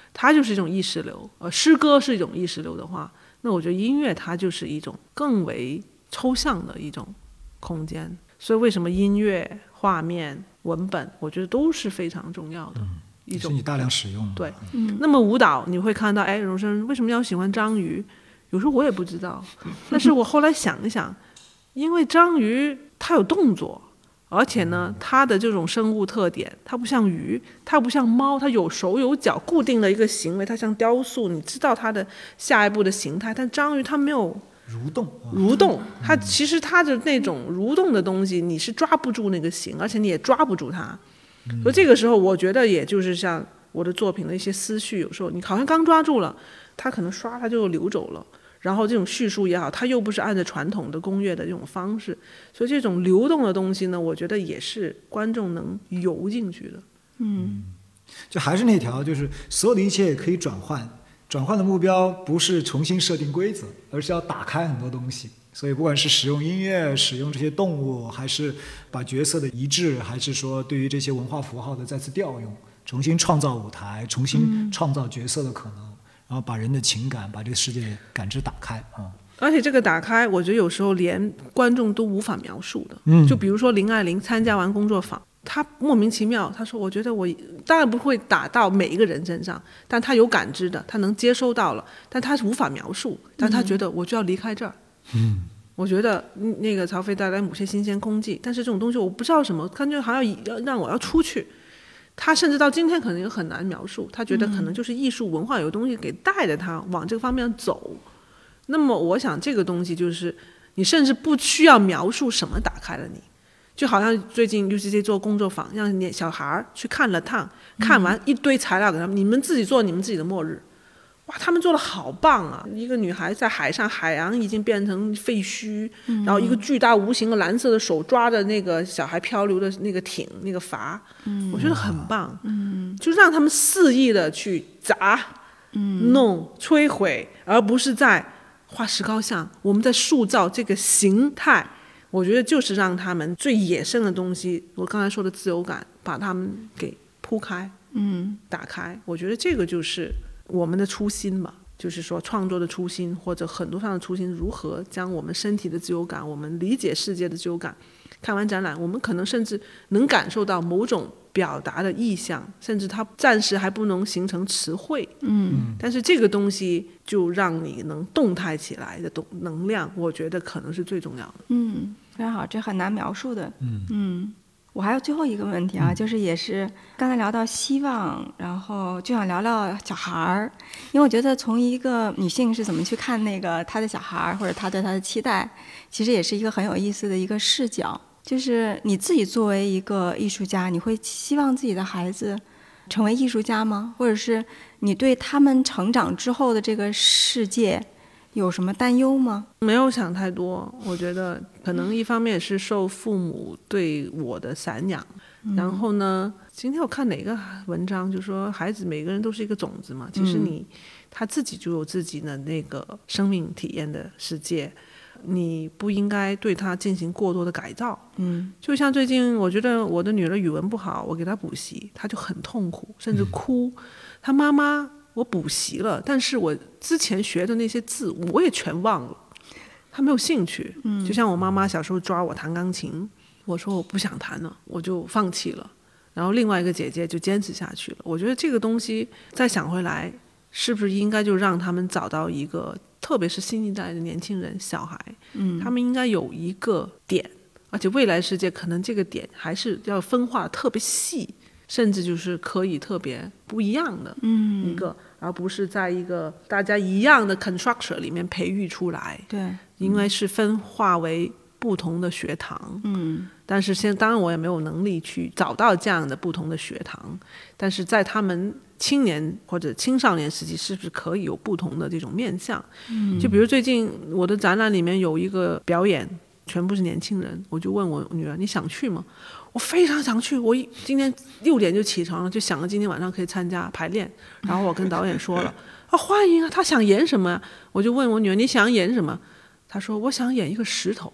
它就是一种意识流，诗歌是一种意识流的话，那我觉得音乐它就是一种更为抽象的一种空间。所以为什么音乐、画面、文本，我觉得都是非常重要的一种。
是你大量使用。
对，那么舞蹈你会看到，哎，荣生为什么要喜欢章鱼？有时候我也不知道，但是我后来想一想，因为章鱼它有动作，而且呢，它的这种生物特点，它不像鱼，它不像猫，它有手有脚，固定的一个行为，它像雕塑，你知道它的下一步的形态。但章鱼它没有蠕动，它其实它的那种蠕动的东西，你是抓不住那个形，而且你也抓不住它。所以这个时候，我觉得也就是像我的作品的一些思绪，有时候你好像刚抓住了，它可能刷它就流走了。然后这种叙述也好，它又不是按照传统的宫乐的这种方式，所以这种流动的东西呢，我觉得也是观众能游进去的。
就还是那条，就是所有的一切也可以转换，转换的目标不是重新设定规则，而是要打开很多东西。所以不管是使用音乐，使用这些动物，还是把角色的移植，还是说对于这些文化符号的再次调用，重新创造舞台，重新创造角色的可能，然后把人的情感，把这个世界感知打开
而且这个打开，我觉得有时候连观众都无法描述的。就比如说林爱玲参加完工作坊，她莫名其妙，她说：“我觉得我当然不会打到每一个人身上，但她有感知的，她能接收到了，但她是无法描述，但她觉得我就要离开这儿。”我觉得那个曹飞带来某些新鲜空气，但是这种东西我不知道什么，感觉好像要让我要出去。他甚至到今天可能也很难描述，他觉得可能就是艺术文化有东西给带着他往这个方面走。那么我想这个东西就是你甚至不需要描述什么打开了你，就好像最近 UCC 做工作坊，让小孩去看了趟，看完一堆材料给他们，你们自己做你们自己的末日。哇，他们做的好棒啊！一个女孩在海上，海洋已经变成废墟，然后一个巨大无形的蓝色的手抓着那个小孩漂流的那个艇那个筏，我觉得很棒。就让他们肆意的去砸、弄、摧毁，而不是在画石膏像，我们在塑造这个形态。我觉得就是让他们最野生的东西，我刚才说的自由感，把他们给铺开，打开。我觉得这个就是我们的初心吧，就是说创作的初心，或者很多上的初心，如何将我们身体的自由感，我们理解世界的自由感，看完展览，我们可能甚至能感受到某种表达的意象，甚至它暂时还不能形成词汇，但是这个东西就让你能动态起来的能量，我觉得可能是最重要的。
非常好，这很难描述的。我还有最后一个问题啊，就是也是刚才聊到希望，然后就想聊聊小孩儿，因为我觉得从一个女性是怎么去看那个她的小孩儿，或者她对她的期待，其实也是一个很有意思的一个视角。就是你自己作为一个艺术家，你会希望自己的孩子成为艺术家吗？或者是你对他们成长之后的这个世界有什么担忧吗？
没有想太多，我觉得可能一方面也是受父母对我的散养，然后呢，今天我看哪个文章就说孩子每个人都是一个种子嘛，其实他自己就有自己的那个生命体验的世界，你不应该对他进行过多的改造。就像最近我觉得我的女儿语文不好，我给她补习，她就很痛苦，甚至哭，她妈妈我补习了，但是我之前学的那些字我也全忘了，他没有兴趣。就像我妈妈小时候抓我弹钢琴，我说我不想弹了，我就放弃了，然后另外一个姐姐就坚持下去了。我觉得这个东西再想回来，是不是应该就让他们找到一个，特别是新一代的年轻人小孩，他们应该有一个点，而且未来世界可能这个点还是要分化得特别细，甚至就是可以特别不一样的一个，而不是在一个大家一样的 construction 里面培育出来。
对，
因为是分化为不同的学堂。但是当然我也没有能力去找到这样的不同的学堂，但是在他们青年或者青少年时期是不是可以有不同的这种面向。就比如最近我的展览里面有一个表演全部是年轻人，我就问我女儿你想去吗？我非常想去，我今天6点就起床了，就想着今天晚上可以参加排练，然后我跟导演说了欢迎啊，他想演什么呀？我就问我女儿你想演什么？她说我想演一个石头。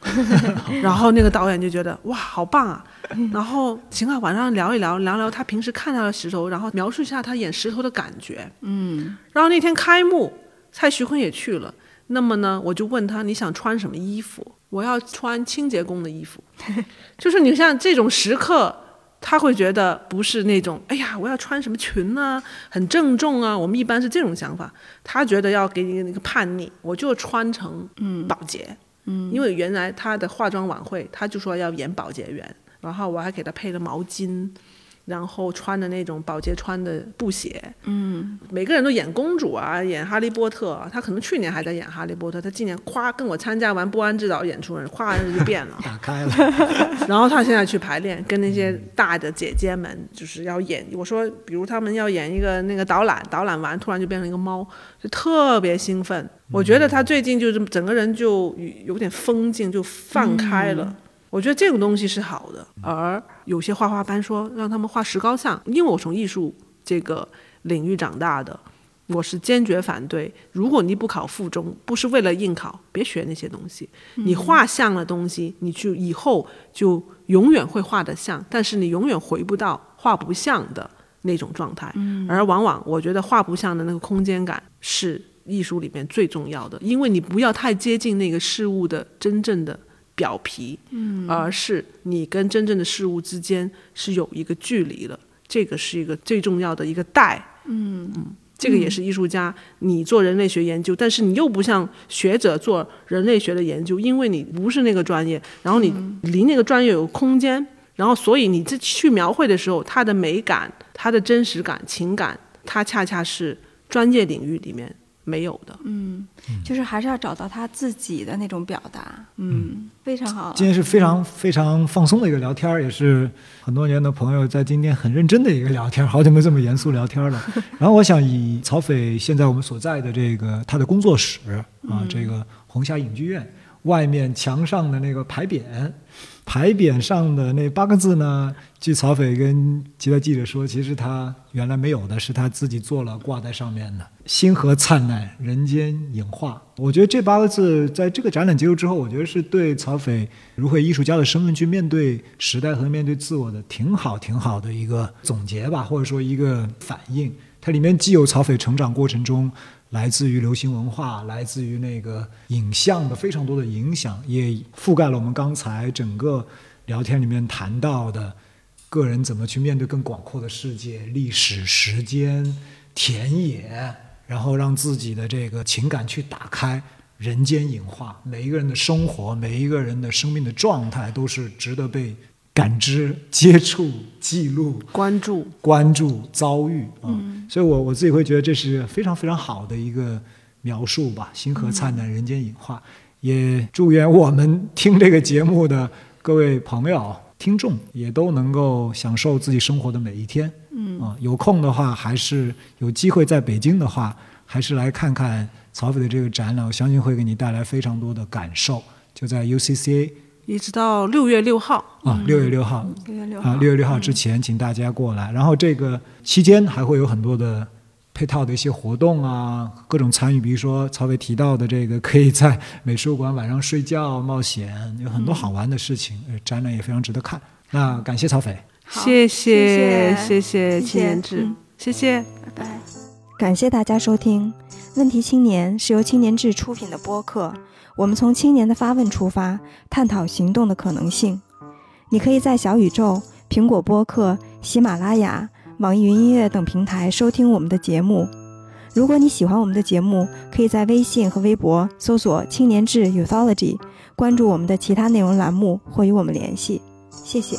然后那个导演就觉得哇好棒啊，然后行啊，晚上聊一聊他平时看到的石头，然后描述一下他演石头的感觉。然后那天开幕，蔡徐坤也去了。那么呢，我就问他你想穿什么衣服？我要穿清洁工的衣服。就是你像这种时刻，他会觉得不是那种哎呀我要穿什么裙啊，很郑重啊，我们一般是这种想法。他觉得要给你那个叛逆，我就穿成保洁。因为原来他的化妆晚会他就说要演保洁员，然后我还给他配了毛巾，然后穿的那种保洁穿的布鞋。每个人都演公主啊，演哈利波特啊，他可能去年还在演哈利波特，他今年夸跟我参加完不安之岛演出人，夸就变了，
打开了。
然后他现在去排练，跟那些大的姐姐们就是要演。我说，比如他们要演一个那个导览完，突然就变成一个猫，就特别兴奋。我觉得他最近就是整个人就有点疯劲，就放开了。我觉得这种东西是好的。而有些画画班说让他们画石膏像，因为我从艺术这个领域长大的，我是坚决反对。如果你不考附中，不是为了应考，别学那些东西。你画像的东西，你就以后就永远会画得像，但是你永远回不到画不像的那种状态。而往往我觉得画不像的那个空间感是艺术里面最重要的，因为你不要太接近那个事物的真正的表皮，而是你跟真正的事物之间是有一个距离的，这个是一个最重要的一个带。这个也是艺术家，你做人类学研究，但是你又不像学者做人类学的研究，因为你不是那个专业，然后你离那个专业有空间，然后所以你去描绘的时候，它的美感、它的真实感、情感，它恰恰是专业领域里面没有的。
就是还是要找到他自己的那种表达。非常好。
今天是非常非常放松的一个聊天，也是很多年的朋友在今天很认真的一个聊天，好久没这么严肃聊天了。然后我想以曹斐现在我们所在的这个他的工作室啊，这个红霞影剧院外面墙上的那个牌匾上的那8个字呢，据曹斐跟其他记者说，其实他原来没有的，是他自己做了挂在上面的。星河灿烂，人间影画。我觉得这8个字在这个展览结束之后，我觉得是对曹斐如何艺术家的身份去面对时代和面对自我的挺好的一个总结吧，或者说一个反应。它里面既有曹斐成长过程中来自于流行文化，来自于那个影像的非常多的影响，也覆盖了我们刚才整个聊天里面谈到的个人怎么去面对更广阔的世界、历史、时间、田野，然后让自己的这个情感去打开，人间影画。每一个人的生活，每一个人的生命的状态都是值得被感知、接触、记录、关注、遭遇所以我自己会觉得这是非常非常好的一个描述吧。星河灿烂，人间影画。也祝愿我们听这个节目的各位朋友、听众也都能够享受自己生活的每一天。有空的话，还是有机会在北京的话，还是来看看曹斐的这个展览，我相信会给你带来非常多的感受。就在 UCCA。
一直到6月6号
6月6号6月6号之前请大家过来。然后这个期间还会有很多的配套的一些活动啊，各种参与，比如说曹斐提到的这个可以在美术馆晚上睡觉冒险，有很多好玩的事情，展览也非常值得看。那感谢曹斐，
谢谢青年志，谢谢，
拜拜。
感谢大家收听问题青年，是由青年志出品的播客。我们从青年的发问出发，探讨行动的可能性。你可以在小宇宙、苹果播客、喜马拉雅、网易云音乐等平台收听我们的节目。如果你喜欢我们的节目，可以在微信和微博搜索青年志 Youthology， 关注我们的其他内容栏目或与我们联系。谢谢。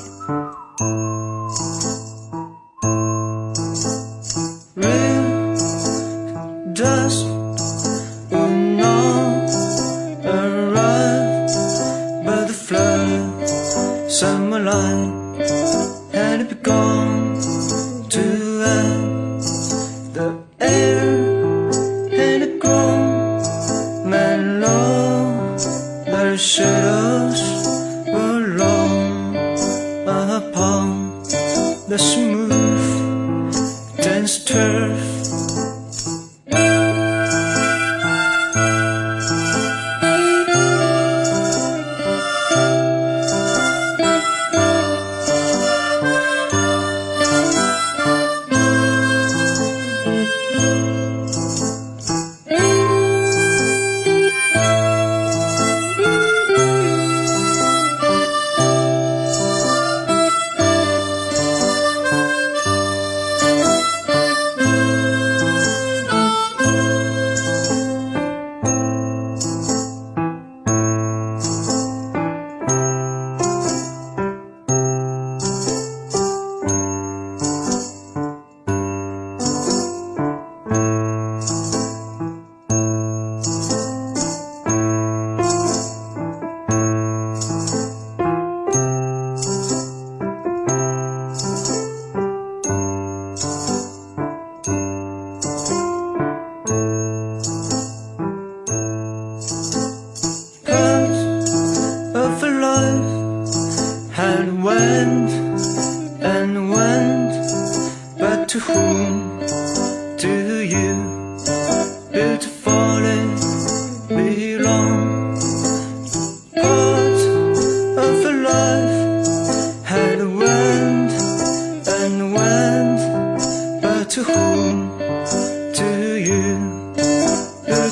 Summer line had it begun to end. The air had it grown mellow. The shadows were long upon the smooth dense turf.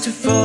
to fall.